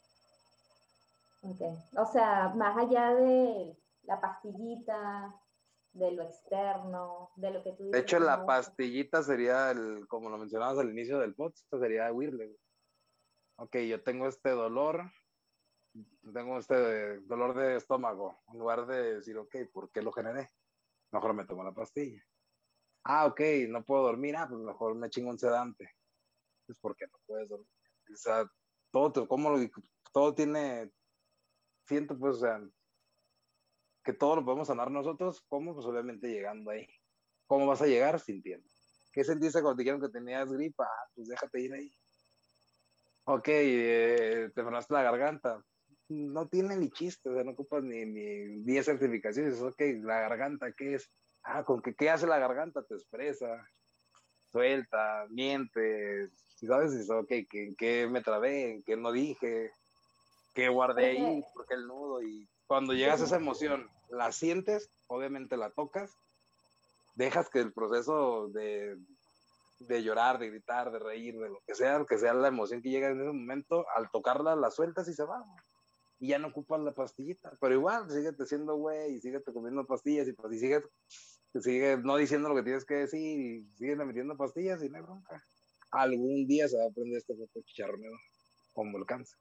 Speaker 1: Okay. O sea, más allá de la pastillita, de lo externo, de lo que tú
Speaker 2: De
Speaker 1: dices
Speaker 2: hecho,
Speaker 1: que
Speaker 2: la
Speaker 1: no usa.
Speaker 2: pastillita sería como lo mencionabas al inicio del podcast, sería huirle. Ok, yo tengo este dolor, tengo este dolor de estómago. En lugar de decir, ok, ¿por qué lo generé? Mejor me tomo la pastilla. Ah, ok, no puedo dormir. Ah, pues mejor me chingo un sedante. Pues porque no puedes dormir. O sea, todo tiene, siento pues, o sea, que todo lo podemos sanar nosotros. ¿Cómo? Pues obviamente llegando ahí. ¿Cómo vas a llegar? Sintiendo. ¿Qué sentiste cuando te dijeron que tenías gripa? Ah, pues déjate ir ahí. Ok, te frenaste la garganta. No tiene ni chiste, o sea, no ocupas ni 10 certificaciones. Ok, la garganta, ¿qué es? Ah, con que, ¿qué hace la garganta? Te expresa, suelta, miente. Si sabes, dices, ok, ¿en qué me trabé? ¿En qué no dije? ¿Qué guardé
Speaker 1: Porque
Speaker 2: ahí? ¿Por qué el nudo? Y cuando
Speaker 1: yo,
Speaker 2: llegas a esa emoción, la sientes, obviamente la tocas, dejas que el proceso de llorar, de gritar, de reír, de lo que sea la emoción que llega en ese momento, al tocarla la sueltas y se va, güey. Y ya no ocupas la pastillita, pero igual, síguete siendo güey, y síguete comiendo pastillas, y sigue no diciendo lo que tienes que decir, y sigue metiendo pastillas y no hay bronca. Algún día se va a aprender este poco chicharronero, como el cáncer.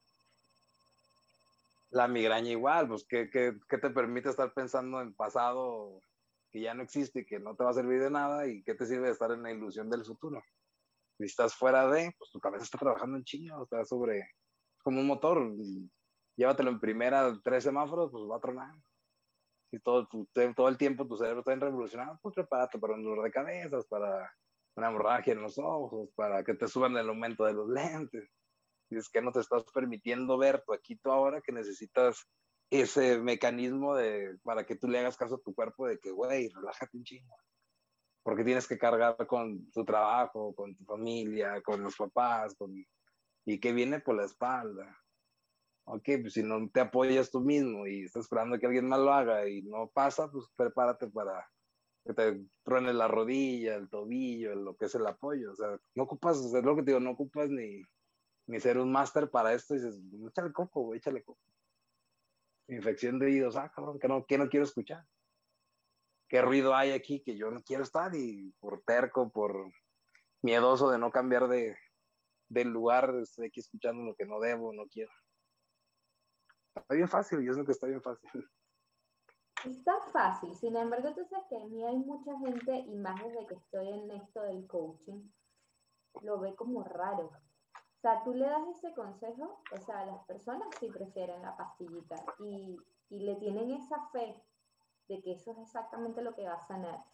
Speaker 2: La migraña igual, pues, ¿qué te permite estar pensando en pasado que ya no existe y que no te va a servir de nada? ¿Y qué te sirve de estar en la ilusión del futuro? Si estás fuera pues tu cabeza está trabajando en chingo, está como un motor, llévatelo en primera 3 semáforos, pues va a tronar. Si todo el tiempo tu cerebro está en revolucionado, pues prepárate para un dolor de cabezas, para una hemorragia en los ojos, para que te suban el aumento de los lentes. Y es que no te estás permitiendo ver tu aquí, tu ahora, que necesitas ese mecanismo para que tú le hagas caso a tu cuerpo de que, güey, relájate un chingo porque tienes que cargar con tu trabajo, con tu familia, con los papás, y que viene por la espalda. Ok, pues si no te apoyas tú mismo y estás esperando que alguien más lo haga y no pasa, pues prepárate para que te truene la rodilla, el tobillo, lo que es el apoyo. O sea, no ocupas, es lo que te digo, no ocupas ni ser un máster para esto. Y dices, échale coco, güey, échale coco. Infección de oídos, ah, cabrón, que no quiero escuchar. ¿Qué ruido hay aquí que yo no quiero estar? Y por terco, por miedoso de no cambiar del lugar, estoy aquí escuchando lo que no debo, no quiero. Está bien fácil, yo sé que está bien fácil.
Speaker 1: está fácil, sin embargo, tú sabes que a mí hay mucha gente, y más desde que estoy en esto del coaching, lo ve como raro. O sea, tú le das ese consejo, o sea, las personas sí prefieren la pastillita y le tienen esa fe de que eso es exactamente lo que va a sanar.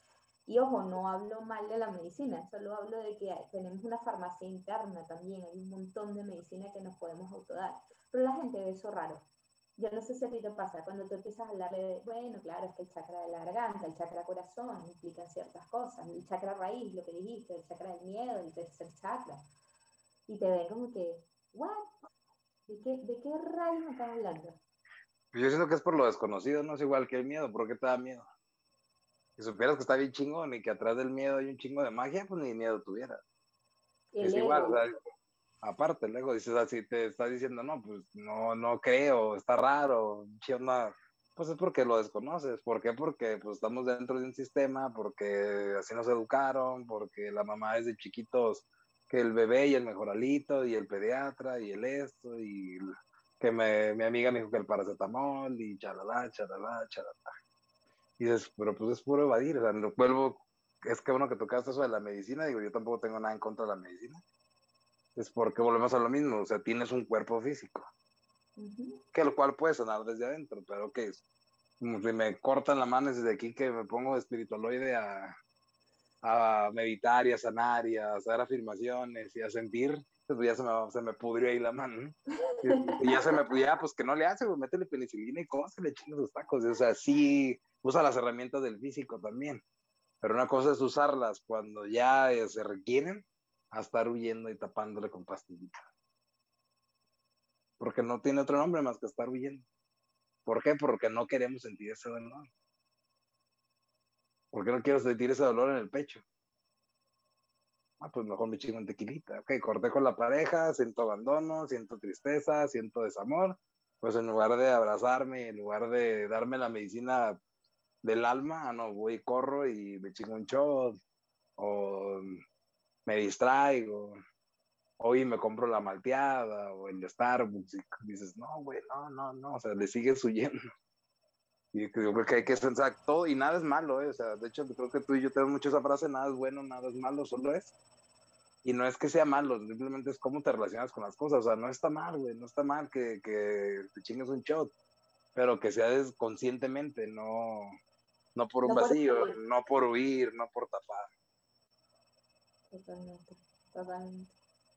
Speaker 1: Y ojo, no hablo mal de la medicina, solo hablo de que tenemos una farmacia interna también, hay un montón de medicina que nos podemos autodar. Pero la gente ve eso raro. Yo no sé si a ti te pasa, cuando tú empiezas a hablarle de, bueno, claro, es que el chakra de la garganta, el chakra corazón, implican ciertas cosas, el chakra raíz, lo que dijiste, el chakra del miedo, el tercer chakra, y te ven como que, ¿what? De qué rayos me estás hablando?
Speaker 2: Yo siento que es por lo desconocido, no es igual que el miedo. ¿Por qué te da miedo? Si supieras que está bien chingón y que atrás del miedo hay un chingo de magia, pues ni miedo tuviera.
Speaker 1: El
Speaker 2: Es igual, o
Speaker 1: ego.
Speaker 2: sea, aparte, luego dices así, te está diciendo, no, pues no creo, está raro, ¿qué onda? Pues es porque lo desconoces. ¿Por qué? Porque pues estamos dentro de un sistema, porque así nos educaron, porque la mamá desde chiquitos, que el bebé y el mejoralito y el pediatra y el esto y que mi amiga me dijo que el paracetamol y chalala, chalala, chalala. Y dices, pero pues es puro evadir, o sea, lo vuelvo, es que bueno que tocaste eso de la medicina, digo, yo tampoco tengo nada en contra de la medicina, es porque volvemos a lo mismo, o sea, tienes un cuerpo físico,
Speaker 1: Ujú.
Speaker 2: que el cual puede sonar desde adentro, pero que es, como si me cortan la mano desde aquí que me pongo de espiritualoide a meditar y a sanar y a hacer afirmaciones y a sentir, pues ya se me pudrió ahí la mano, ¿no? Y ya se me ya, pues que no le hace, güey, métele penicilina y cósele, chingue sus tacos, o sea, sí usa las herramientas del físico también. Pero una cosa es usarlas cuando ya se requieren, a estar huyendo y tapándole con pastillita. Porque no tiene otro nombre más que estar huyendo. ¿Por qué? Porque no queremos sentir ese dolor. ¿Por qué no quiero sentir ese dolor en el pecho? Ah, pues mejor me chingo en tequilita. Ok, corté con la pareja, siento abandono, siento tristeza, siento desamor. Pues en lugar de abrazarme, en lugar de darme la medicina del alma, no, voy y corro y me chingo un shot o me distraigo. Hoy me compro la malteada o el Starbucks y dices, no, güey, no, o sea, le sigues huyendo. Y yo creo que hay que pensar todo y nada es malo, ¿eh? O sea, de hecho, creo que tú y yo tenemos mucho esa frase, nada es bueno, nada es malo, solo es. Y no es que sea malo, simplemente es cómo te relacionas con las cosas, o sea, no está mal, güey, no está mal que te chingues un shot, pero que sea conscientemente, no por un
Speaker 1: No por
Speaker 2: vacío,
Speaker 1: huir.
Speaker 2: no por huir, no por tapar.
Speaker 1: Totalmente, totalmente.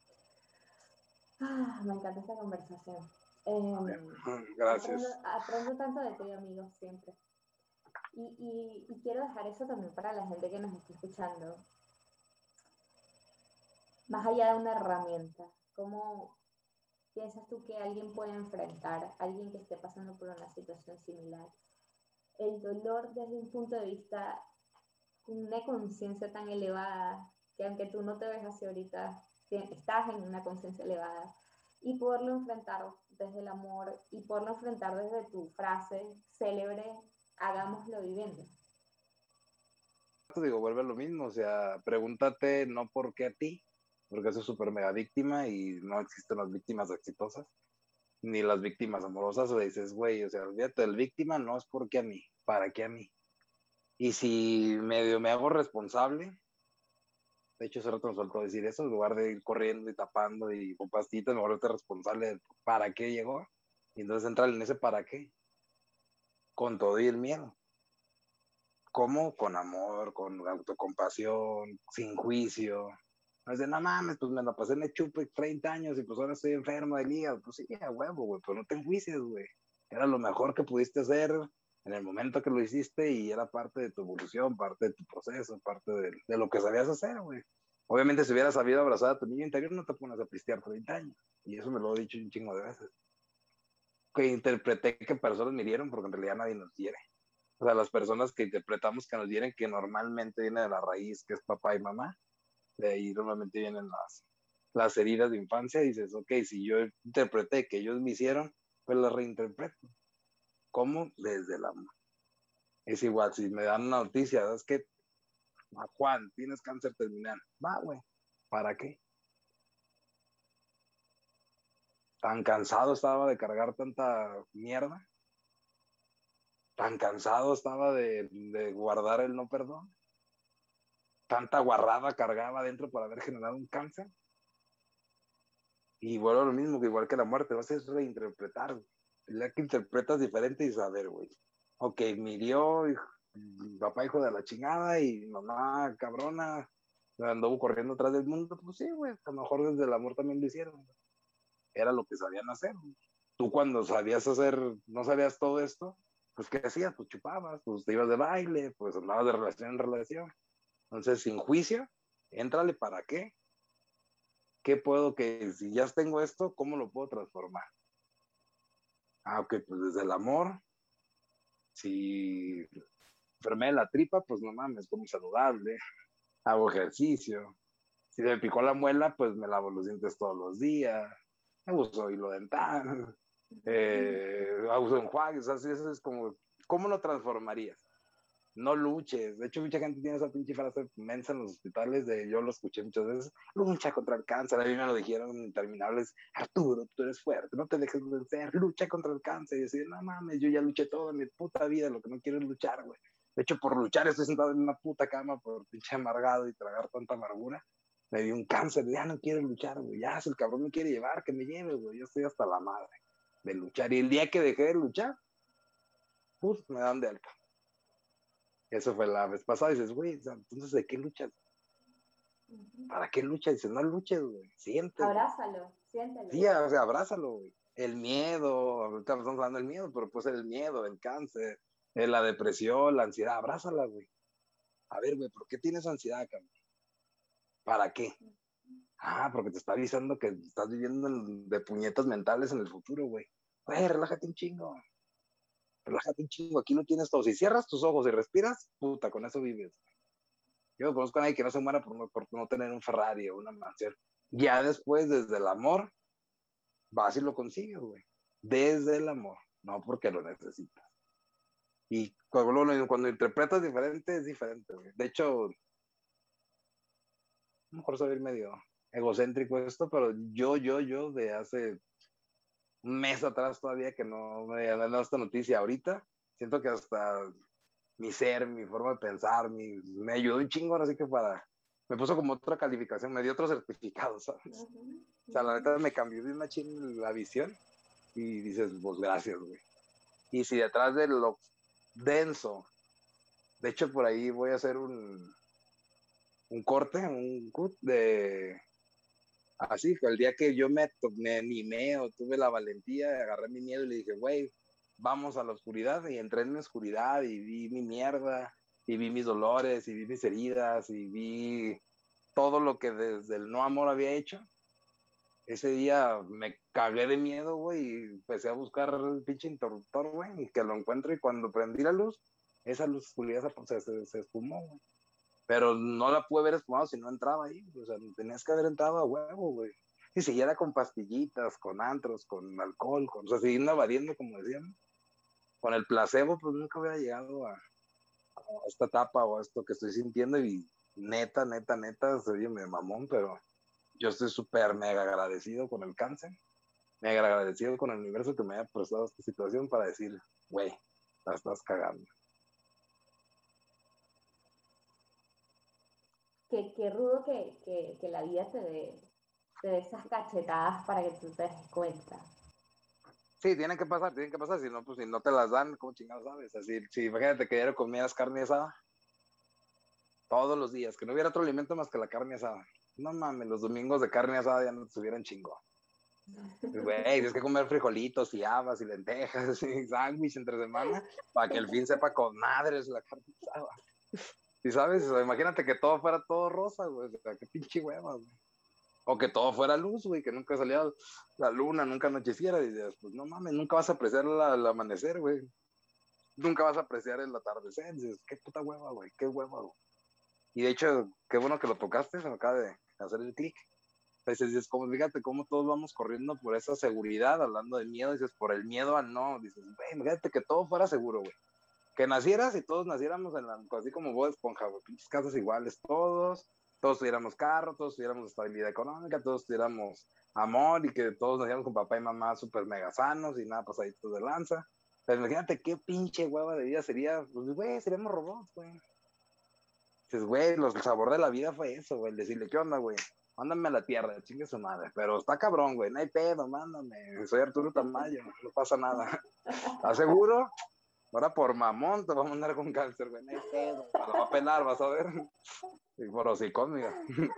Speaker 1: Me encanta esta conversación.
Speaker 2: Gracias.
Speaker 1: Aprendo tanto de ti, amigo, siempre. Y quiero dejar eso también para la gente que nos está escuchando. Más allá de una herramienta, ¿cómo piensas tú que alguien puede enfrentar, alguien que esté pasando por una situación similar, el dolor desde un punto de vista, con una conciencia tan elevada, que aunque tú no te ves así ahorita, estás en una conciencia elevada, y poderlo enfrentar desde el amor y poderlo enfrentar desde tu frase célebre, hagámoslo viviendo?
Speaker 2: Digo, vuelve a lo mismo, o sea, pregúntate no por qué a ti, porque eso es súper mega víctima y no existen las víctimas exitosas, ni las víctimas amorosas, o dices, güey, o sea, olvídate del víctima, no es porque a mí, ¿para qué a mí? Y si medio me hago responsable, de hecho, hace rato me soltó decir eso, en lugar de ir corriendo y tapando y con pastitas, mejor ser responsable de para qué llegó, y entonces entrar en ese para qué, con todo y el miedo. ¿Cómo? Con amor, con autocompasión, sin juicio. No es de, no mames, pues me la pasé en el chupe 30 años y pues ahora estoy enfermo del hígado. Pues sí, a huevo, güey, pero no te enjuicies, güey. Era lo mejor que pudiste hacer en el momento que lo hiciste y era parte de tu evolución, parte de tu proceso, parte de lo que sabías hacer, güey. Obviamente, si hubieras sabido abrazar a tu niño interior, no te pones a pistear 30 años. Y eso me lo he dicho un chingo de veces. Que interpreté que personas me hirieron porque en realidad nadie nos hiere. O sea, las personas que interpretamos que nos vienen, que normalmente viene de la raíz, que es papá y mamá, de ahí normalmente vienen las heridas de infancia, y dices, ok, si yo interpreté que ellos me hicieron, pues las reinterpreto. ¿Cómo? Desde el amor. Es igual, si me dan una noticia, es que, Juan, tienes cáncer terminal. Va, güey, ¿para qué? Tan cansado estaba de cargar tanta mierda, tan cansado estaba de guardar el no perdón, tanta guarrada cargaba dentro para haber generado un cáncer. Y vuelvo a lo mismo, que igual que la muerte, vas a reinterpretar, güey. Ya que interpretas diferente y saber, güey. Ok, me hirió, mi papá hijo de la chingada y mi mamá cabrona, anduvo corriendo atrás del mundo, pues sí, güey, a lo mejor desde el amor también lo hicieron, era lo que sabían hacer. Tú cuando sabías hacer, no sabías todo esto, pues ¿qué hacías? Pues chupabas, pues te ibas de baile, pues andabas de relación en relación. Entonces, sin juicio, éntrale, ¿para qué? ¿Qué puedo que, si ya tengo esto, cómo lo puedo transformar? Ah, ok, pues desde el amor, si enfermé de la tripa, pues no mames, como saludable, hago ejercicio. Si me picó la muela, pues me lavo los dientes todos los días, uso hilo dental, uso enjuagues, o sea, eso es como, ¿cómo lo transformarías? No luches. De hecho, mucha gente tiene esa pinche frase mensa en los hospitales de, yo lo escuché muchas veces, lucha contra el cáncer. A mí me lo dijeron interminables, Arturo, tú eres fuerte, no te dejes vencer, lucha contra el cáncer. Y decir, no mames, yo ya luché toda mi puta vida, lo que no quiero es luchar, güey. De hecho, por luchar estoy sentado en una puta cama por pinche amargado y tragar tanta amargura. Me dio un cáncer, ya no quiero luchar, güey. Ya, si el cabrón me quiere llevar, que me lleve, güey. Yo estoy hasta la madre de luchar. Y el día que dejé de luchar, pues me dan de alta. Eso fue la vez pasada. Y dices, güey, entonces, ¿de qué luchas? ¿Para qué luchas? Dices, no luches, güey. Siente, güey.
Speaker 3: Abrázalo, siéntelo.
Speaker 2: Sí, o sea, abrázalo, güey. El miedo, ahorita estamos hablando del miedo, pero pues el miedo, el cáncer, la depresión, la ansiedad, abrázala, güey. A ver, güey, ¿por qué tienes ansiedad, cabrón? ¿Para qué? Ah, porque te está avisando que estás viviendo de puñetas mentales en el futuro, güey. Güey, relájate un chingo. Relájate un chingo. Aquí no tienes todo. Si cierras tus ojos y respiras, puta, con eso vives. Yo conozco a nadie que no se muera por no tener un Ferrari o una mansión. Ya después, desde el amor, vas y lo consigues, güey. Desde el amor, no porque lo necesitas. Y cuando interpretas diferente, es diferente, güey. De hecho, a lo mejor soy medio egocéntrico esto, pero yo, de hace un mes atrás todavía que no me había dado esta noticia ahorita, siento que hasta mi ser, mi forma de pensar, me ayudó un chingo, así que me puso como otra calificación, me dio otro certificado, ¿sabes? O sea, la neta me cambió bien machín la visión y dices, pues gracias, güey. Y si detrás de lo denso, de hecho por ahí voy a hacer un corte, un cut de, así, el día que yo me animé o tuve la valentía, agarré mi miedo y le dije, güey, vamos a la oscuridad, y entré en mi oscuridad y vi mi mierda, y vi mis dolores, y vi mis heridas, y vi todo lo que desde el no amor había hecho. Ese día me cagué de miedo, güey, y empecé a buscar el pinche interruptor, güey, y que lo encuentro, y cuando prendí la luz, esa luz oscuridad se espumó, güey. Pero no la pude haber espumado si no entraba ahí, o sea, tenías que haber entrado a huevo, güey. Y siguiera con pastillitas, con antros, con alcohol, o sea, siguiendo evadiendo, como decían, con el placebo, pues nunca hubiera llegado a esta etapa o a esto que estoy sintiendo, y neta, soy me mamón, pero yo estoy súper mega agradecido con el cáncer, mega agradecido con el universo que me haya prestado esta situación para decir, güey, la estás cagando.
Speaker 3: Qué rudo que la vida te dé esas cachetadas para que tú te des cuenta.
Speaker 2: Sí, tienen que pasar, si no, pues si no te las dan, ¿cómo chingados sabes? Así, si imagínate que diario comieras carne asada, todos los días, que no hubiera otro alimento más que la carne asada. No mames, los domingos de carne asada ya no te estuvieran chingo. Güey, tienes que comer frijolitos y habas y lentejas y sándwich entre semana para que el fin sepa con madres la carne asada. ¿Sí sabes? O sea, imagínate que todo fuera todo rosa, güey. O sea, qué pinche hueva, güey. O que todo fuera luz, güey, que nunca salía la luna, nunca anocheciera. Y dices, pues no mames, nunca vas a apreciar el amanecer, güey. Nunca vas a apreciar el atardecer. Dices, qué puta hueva, güey, qué hueva, güey. Y de hecho, qué bueno que lo tocaste, se me acaba de hacer el clic. Dices, como, fíjate cómo todos vamos corriendo por esa seguridad, hablando de miedo, dices, por el miedo al no. Dices, güey, fíjate que todo fuera seguro, güey. Que nacieras y todos naciéramos así como Bob Esponja, güey, pinches casas iguales, todos tuviéramos carro, todos tuviéramos estabilidad económica, todos tuviéramos amor, y que todos naciéramos con papá y mamá súper mega sanos y nada pasaditos de lanza. Pero imagínate qué pinche hueva de vida sería, pues, güey, seríamos robots, güey. Dices, güey, el sabor de la vida fue eso, güey, el decirle, ¿qué onda, güey? Mándame a la tierra, chingue su madre. Pero está cabrón, güey, no hay pedo, mándame. Soy Arturo Tamayo, no pasa nada. ¿Estás seguro? Ahora por mamón te va a mandar con cáncer, güey. No hay pedo. Me lo va a pelar, vas a ver. Y por hocicón, mira.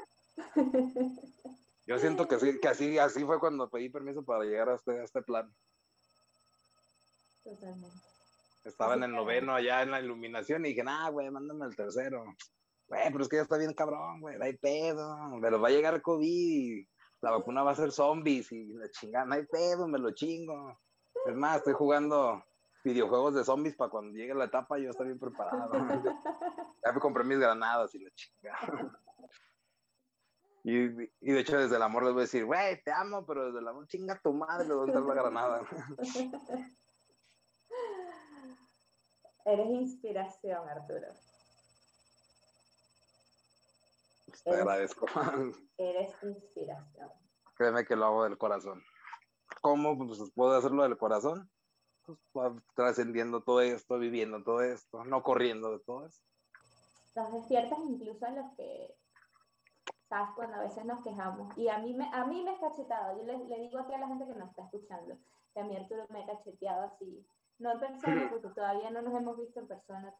Speaker 2: Yo siento que sí, que así fue cuando pedí permiso para llegar a este plan.
Speaker 3: Totalmente.
Speaker 2: Estaba en el noveno allá en la iluminación y dije, nah, güey, mándame el tercero. Güey, pero es que ya está bien cabrón, güey, no hay pedo. Pero va a llegar COVID y la vacuna va a ser zombies y la chingada, no hay pedo, me lo chingo. Es más, estoy jugando videojuegos de zombies para cuando llegue la etapa yo estar bien preparado. Ya me compré mis granadas y la chingada. Y de hecho desde el amor les voy a decir, güey, te amo, pero desde el amor chinga tu madre, le voy a entrar la granada.
Speaker 3: Eres inspiración, Arturo.
Speaker 2: Te agradezco.
Speaker 3: Eres inspiración.
Speaker 2: Créeme que lo hago del corazón. ¿Cómo pues, puedo hacerlo del corazón? Pues, trascendiendo todo esto, viviendo todo esto, no corriendo de todo esto.
Speaker 3: Nos despiertas incluso a los que, ¿sabes? Cuando a veces nos quejamos. Y a mí me has cachetado. Yo le digo aquí a la gente que nos está escuchando, que a mí Arturo me ha cacheteado así. No en persona, porque todavía no nos hemos visto en persona,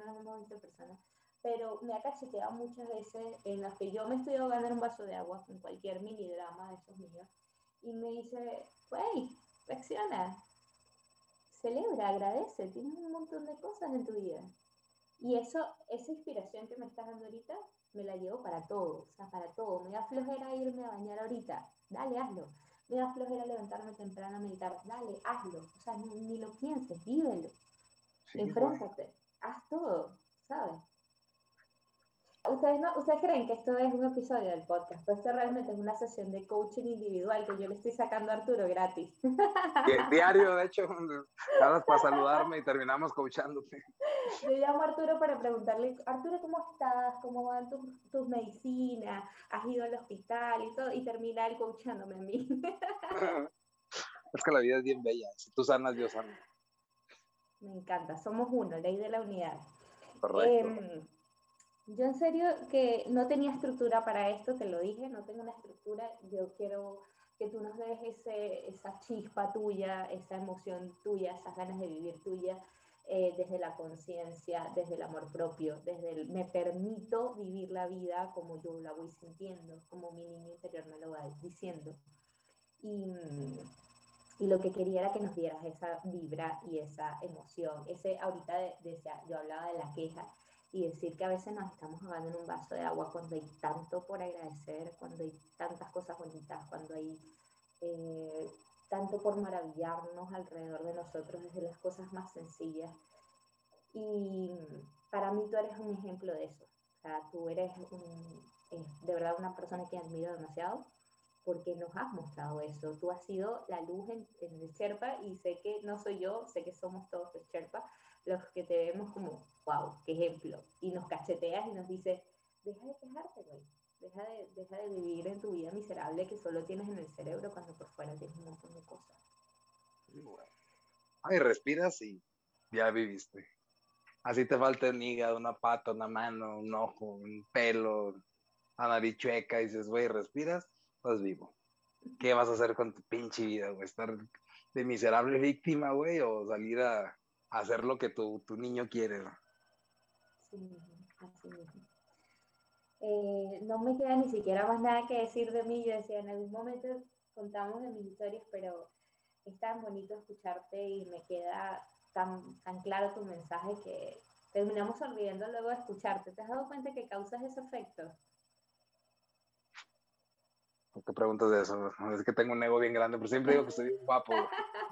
Speaker 3: pero me ha cacheteado muchas veces en las que yo me estoy ahogando en un vaso de agua, con cualquier mini drama de esos míos, y me dice, güey, reacciona, celebra, agradece, tienes un montón de cosas en tu vida. Y esa inspiración que me estás dando ahorita, me la llevo para todo, o sea, para todo. Me da flojera irme a bañar ahorita, dale, hazlo. Me da flojera levantarme temprano a meditar, dale, hazlo. O sea, ni lo pienses, vívelo. Sí, enfréntate, haz todo, ¿sabes? ¿Ustedes creen que esto es un episodio del podcast? Pues esto realmente es una sesión de coaching individual que yo le estoy sacando a Arturo gratis.
Speaker 2: Diario, de hecho, hablas para saludarme y terminamos coachándote.
Speaker 3: Yo llamo a Arturo para preguntarle, Arturo, ¿cómo estás? ¿Cómo van tus medicinas? ¿Has ido al hospital y todo? Y termina él coachándome a mí.
Speaker 2: Es que la vida es bien bella. Si tú sanas, yo sano.
Speaker 3: Me encanta. Somos uno, ley de la unidad.
Speaker 2: Correcto.
Speaker 3: Yo en serio que no tenía estructura para esto, te lo dije, no tengo una estructura. Yo quiero que tú nos des esa chispa tuya, esa emoción tuya, esas ganas de vivir tuya, desde la conciencia, desde el amor propio, me permito vivir la vida como yo la voy sintiendo, como mi niño interior me lo va diciendo. Y lo que quería era que nos dieras esa vibra y esa emoción. Ahorita yo hablaba de la queja y decir que a veces nos estamos ahogando en un vaso de agua cuando hay tanto por agradecer, cuando hay tantas cosas bonitas, cuando hay tanto por maravillarnos alrededor de nosotros desde las cosas más sencillas. Y para mí tú eres un ejemplo de eso. O sea, tú eres de verdad una persona que admiro demasiado porque nos has mostrado eso. Tú has sido la luz en el Sherpa y sé que no soy yo, sé que somos todos los Sherpa los que te vemos como, wow, qué ejemplo. Y nos cacheteas y nos dices, deja de quejarte, güey. Deja de vivir en tu vida miserable que solo tienes en el cerebro cuando por fuera tienes un montón de cosas.
Speaker 2: Ay, respiras y ya viviste. Así te falta un hígado, una pata, una mano, un ojo, un pelo, la nariz chueca, y dices, güey, respiras, estás vivo. ¿Qué vas a hacer con tu pinche vida, güey? ¿Estar de miserable víctima, güey? ¿O salir a hacer lo que tu niño quiere, ¿no?
Speaker 3: Sí, así mismo. No me queda ni siquiera más nada que decir de mí. Yo decía, en algún momento contamos de mis historias, pero es tan bonito escucharte y me queda tan claro tu mensaje que terminamos sonriendo luego de escucharte. ¿Te has dado cuenta que causas ese efecto?
Speaker 2: ¿Por qué preguntas de eso? Es que tengo un ego bien grande, pero siempre digo que soy guapo.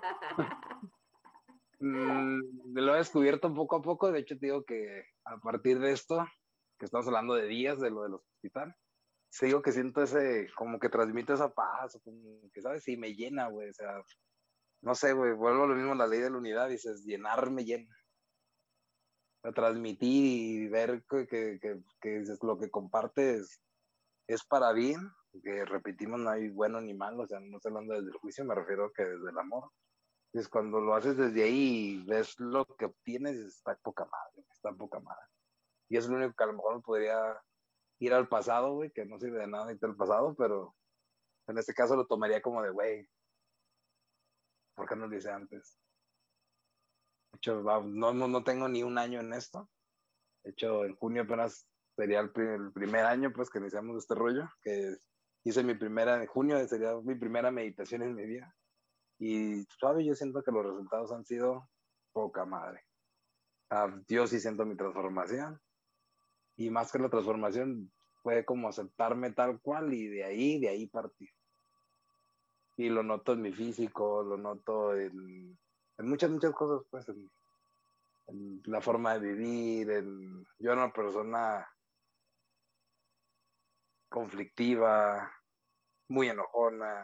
Speaker 2: Lo he descubierto poco a poco. De hecho, te digo que a partir de esto, que estamos hablando de días, de lo del hospital, sí digo que siento como que transmito esa paz, o como que, ¿sabes? Sí, me llena, güey. O sea, no sé, güey, vuelvo a lo mismo, la ley de la unidad, dices, llenar me llena. A transmitir y ver que lo que compartes es para bien, que repetimos, no hay bueno ni malo, o sea, no estoy hablando desde el juicio, me refiero a que desde el amor. Es cuando lo haces desde ahí y ves lo que obtienes, está poca madre, está poca madre. Y es lo único que a lo mejor me podría ir al pasado, güey, que no sirve de nada irte al pasado, pero en este caso lo tomaría como de, güey, ¿por qué no lo hice antes? De hecho, no tengo ni un año en esto. De hecho, en junio apenas sería el primer año pues que iniciamos este rollo, que hice en junio sería mi primera meditación en mi vida. Y suave, yo siento que los resultados han sido poca madre. Yo sí siento mi transformación. Y más que la transformación, fue como aceptarme tal cual y de ahí partir. Y lo noto en mi físico, lo noto en muchas cosas, pues, en la forma de vivir, yo era una persona conflictiva, muy enojona,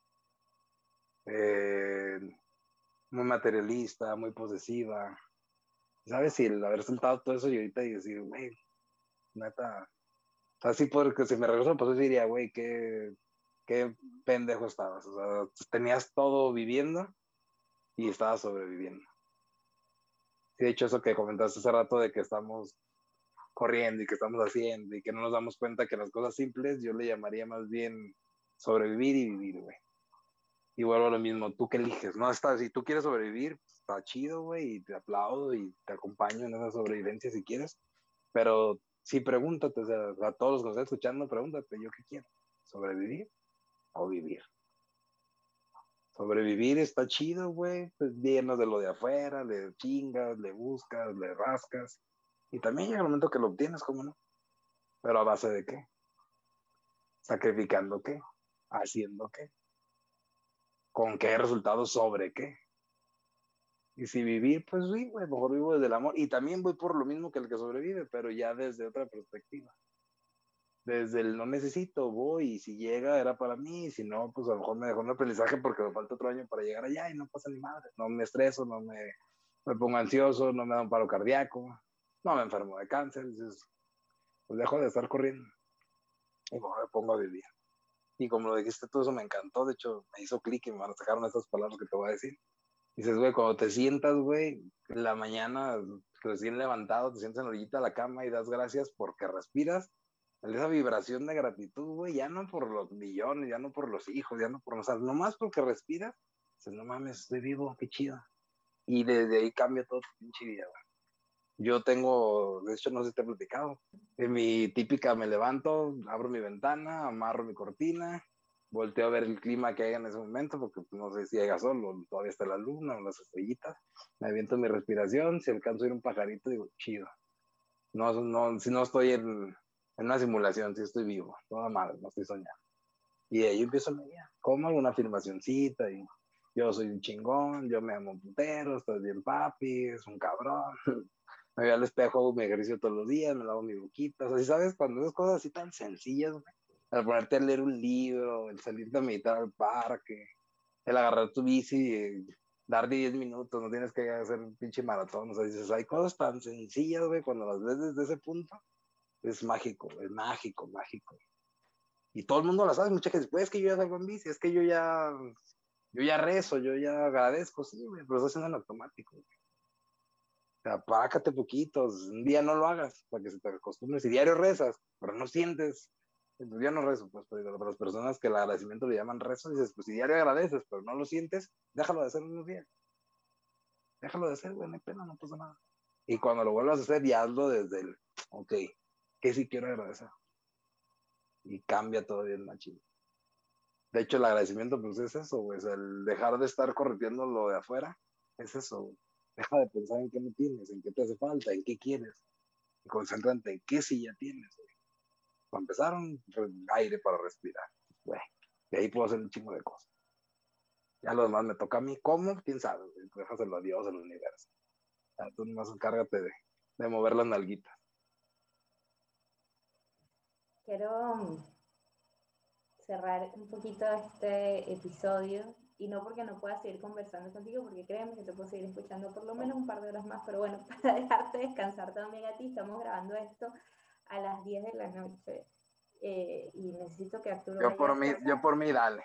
Speaker 2: eh, muy materialista, muy posesiva. ¿Sabes? Y el haber soltado todo eso y ahorita y decir, güey, neta, así porque si me regreso, pues diría, güey, qué pendejo estabas. O sea, tenías todo viviendo y estabas sobreviviendo. Sí, de hecho, eso que comentaste hace rato de que estamos corriendo y que estamos haciendo y que no nos damos cuenta que las cosas simples, yo le llamaría más bien sobrevivir y vivir, güey. Y vuelvo a lo mismo, tú que eliges, ¿no? Si tú quieres sobrevivir, está chido, güey, y te aplaudo y te acompaño en esa sobrevivencia si quieres, pero sí pregúntate, o sea, a todos los que nos están escuchando, pregúntate, ¿yo qué quiero? ¿Sobrevivir o vivir? Sobrevivir está chido, güey, pues llenos de lo de afuera, le chingas, le buscas, le rascas, y también llega el momento que lo obtienes, ¿cómo no? Pero ¿a base de qué? ¿Sacrificando qué? ¿Haciendo qué? ¿Con qué resultados sobre qué? Y si vivir, pues sí, güey, mejor vivo desde el amor. Y también voy por lo mismo que el que sobrevive, pero ya desde otra perspectiva. Desde el no necesito, voy, y si llega era para mí, y si no, pues a lo mejor me dejó un aprendizaje porque me falta otro año para llegar allá y no pasa ni madre. No me estreso, me pongo ansioso, no me da un paro cardíaco, no me enfermo de cáncer. Entonces, pues dejo de estar corriendo y mejor me pongo a vivir. Y como lo dijiste tú, eso me encantó. De hecho, me hizo clic y me sacaron estas palabras que te voy a decir. Dices, güey, cuando te sientas, güey, en la mañana recién levantado, te sientas en la orillita de la cama y das gracias porque respiras. Esa vibración de gratitud, güey, ya no por los millones, ya no por los hijos, ya no por, o sea, nomás porque respiras, dices, no mames, estoy vivo, qué chido. Y desde ahí cambia todo tu pinche vida, güey. Yo tengo, de hecho, no sé si te he platicado, en mi típica me levanto, abro mi ventana, amarro mi cortina, volteo a ver el clima que hay en ese momento, porque pues, no sé si haya sol o todavía está la luna o las estrellitas, me aviento mi respiración, si alcanzo a ir un pajarito, digo, chido. Si no estoy en una simulación, si estoy vivo, toda madre, no estoy soñando. Y de ahí empiezo mi día, como alguna afirmacioncita y yo soy un chingón, yo me amo un putero, estoy bien papi, es un cabrón. Me veo al espejo, hago mi ejercicio todos los días, me lavo mi boquita. O sea, si sabes, cuando esas cosas así tan sencillas, güey, el ponerte a leer un libro, el salirte a meditar al parque, el agarrar tu bici y darle 10 minutos, no tienes que hacer un pinche maratón. O sea, dices, hay cosas tan sencillas, güey, cuando las ves desde ese punto, es mágico, es mágico, mágico. Y todo el mundo lo sabe, mucha gente dice, pues es que yo ya salgo en bici, es que yo ya rezo, yo ya agradezco, sí, güey, pero eso es en automático. Apácate poquitos, un día no lo hagas para que se te acostumbres. Y diario rezas, pero no sientes. Pues yo no rezo, pues, pero para las personas que el agradecimiento le llaman rezo, dices, pues si diario agradeces, pero no lo sientes, déjalo de hacer unos días. Déjalo de hacer, güey, no hay pena, no pasa nada. Y cuando lo vuelvas a hacer, ya hazlo desde el, ok, ¿qué sí quiero agradecer? Y cambia todo bien, machín. De hecho, el agradecimiento, pues es eso, güey, es el dejar de estar correteando lo de afuera, es eso, güey. Deja de pensar en qué no tienes, en qué te hace falta, en qué quieres. Y concéntrate en qué sí ya tienes, güey. Para empezar, un aire para respirar, güey. De ahí puedo hacer un chingo de cosas. Ya lo demás me toca a mí. ¿Cómo? ¿Quién sabe? Güey? Déjaselo a Dios, al universo. O sea, tú nomás encárgate de mover las nalguitas.
Speaker 3: Quiero cerrar un poquito este episodio y no porque no pueda seguir conversando contigo, porque créeme que te puedo seguir escuchando por lo menos un par de horas más, pero bueno, para dejarte descansar también a ti, estamos grabando esto a las 10 de la noche y necesito que Arturo vaya a descansar.
Speaker 2: Yo por mí, dale.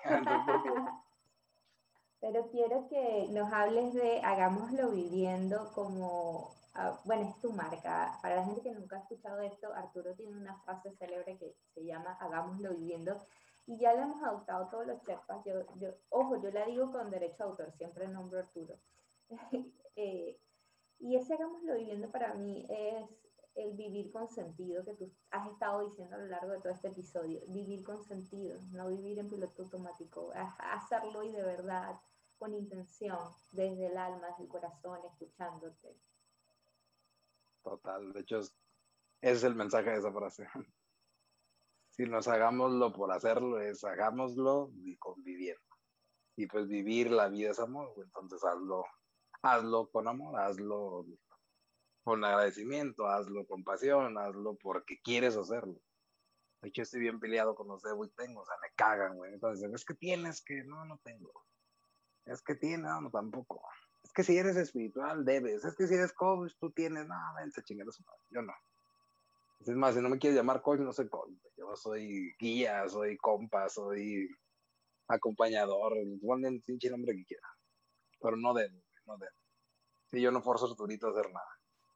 Speaker 3: Pero quiero que nos hables de Hagámoslo Viviendo como, bueno, es tu marca. Para la gente que nunca ha escuchado esto, Arturo tiene una frase célebre que se llama Hagámoslo Viviendo y ya la hemos adoptado todos los Sherpas. Ojo, yo la digo con derecho a autor, siempre nombro a Arturo. Y ese hagámoslo viviendo para mí es el vivir con sentido que tú has estado diciendo a lo largo de todo este episodio. Vivir con sentido, no vivir en piloto automático. Hacerlo y de verdad, con intención, desde el alma, desde el corazón, escuchándote.
Speaker 2: Total, de hecho, ese es el mensaje de esa frase. Si nos hagámoslo por hacerlo, es hagámoslo y conviviendo. Y pues vivir la vida es amor, güey. Entonces hazlo con amor, hazlo con agradecimiento, hazlo con pasión, hazlo porque quieres hacerlo. De hecho, estoy bien peleado con los debo y tengo, o sea, me cagan, güey. Entonces, es que tienes que, no tengo. Es que tienes, no, tampoco. Es que si eres espiritual, debes. Es que si eres coach, tú tienes, no, vente, chingados, yo no. Es más, si no me quieres llamar coach, no soy coach. Yo soy guía, soy compa, soy acompañador, ponle el pinche nombre que quiera. Pero no debo. Sí, yo no forzo a Arturito a hacer nada.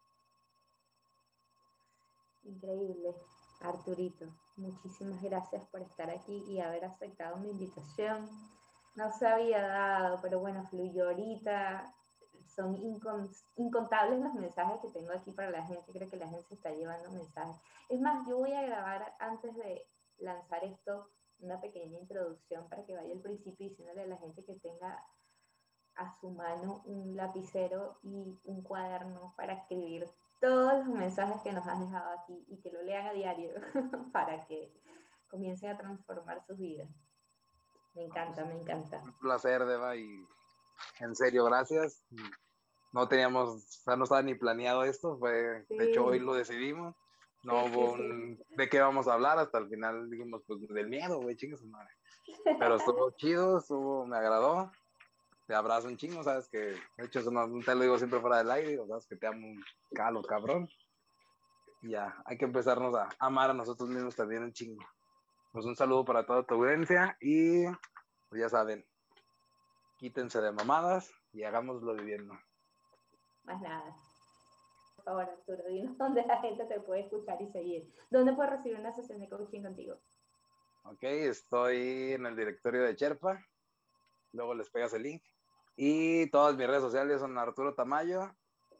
Speaker 3: Increíble, Arturito. Muchísimas gracias por estar aquí y haber aceptado mi invitación. No se había dado, pero bueno, fluyó ahorita. Son incontables los mensajes que tengo aquí para la gente. Creo que la gente se está llevando mensajes. Es más, yo voy a grabar antes de lanzar esto una pequeña introducción para que vaya al principio diciéndole a la gente que tenga a su mano un lapicero y un cuaderno para escribir todos los mensajes que nos has dejado aquí y que lo lean a diario para que comiencen a transformar sus vidas. Me encanta, me encanta.
Speaker 2: Un placer, Deva, y en serio, gracias. No teníamos, o sea, no estaba ni planeado esto, fue, sí. De hecho hoy lo decidimos. No hubo de qué vamos a hablar, hasta el final dijimos, pues del miedo, güey, chingue su madre. Pero estuvo chido, me agradó. Te abrazo un chingo, sabes que, de hecho, eso no te lo digo siempre fuera del aire, sabes que te amo un calo, cabrón. Y ya, hay que empezarnos a amar a nosotros mismos también un chingo. Pues un saludo para toda tu audiencia y, pues ya saben, quítense de mamadas y hagámoslo viviendo.
Speaker 3: Más nada. Por favor, Arturo, dinos dónde la gente te puede escuchar y seguir. ¿Dónde puedes recibir una sesión de coaching contigo?
Speaker 2: Ok, estoy en el directorio de Sherpa. Luego les pegas el link. Y todas mis redes sociales son Arturo Tamayo,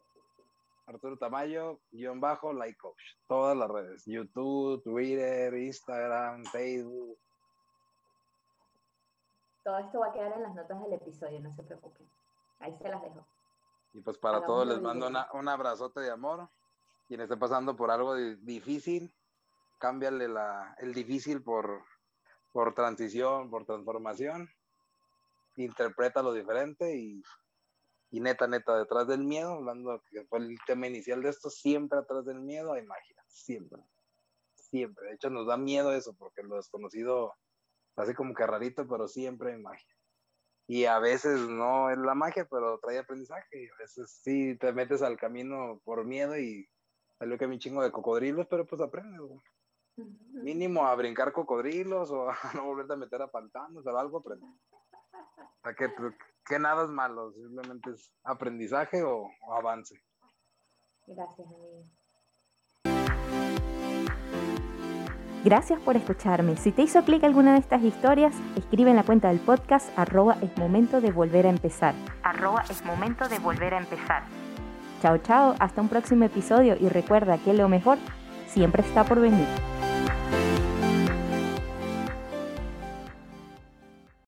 Speaker 2: _like coach. Todas las redes. YouTube, Twitter, Instagram, Facebook.
Speaker 3: Todo esto va a quedar en las notas del episodio, no se preocupen. Ahí se las dejo.
Speaker 2: Y pues para todos les mando un abrazote de amor. Quien esté pasando por algo difícil, cámbiale el difícil por transición, por transformación. Interpreta lo diferente y neta, detrás del miedo, hablando que fue el tema inicial de esto, siempre atrás del miedo hay magia, siempre. De hecho nos da miedo eso, porque lo desconocido así como que rarito, pero siempre hay magia. Y a veces no es la magia, pero trae aprendizaje, y a veces sí te metes al camino por miedo y salió que hay un chingo de cocodrilos, pero pues aprendes, güey. Mínimo a brincar cocodrilos o a no volverte a meter a pantanos, pero algo aprendes. O sea, que nada es malo, simplemente es aprendizaje o avance.
Speaker 3: Gracias, amigo.
Speaker 1: Gracias por escucharme. Si te hizo clic alguna de estas historias, escribe en la cuenta del podcast @esmomentodevolverAempezar. @esmomentodevolverAempezar. Chao, hasta un próximo episodio y recuerda que lo mejor siempre está por venir.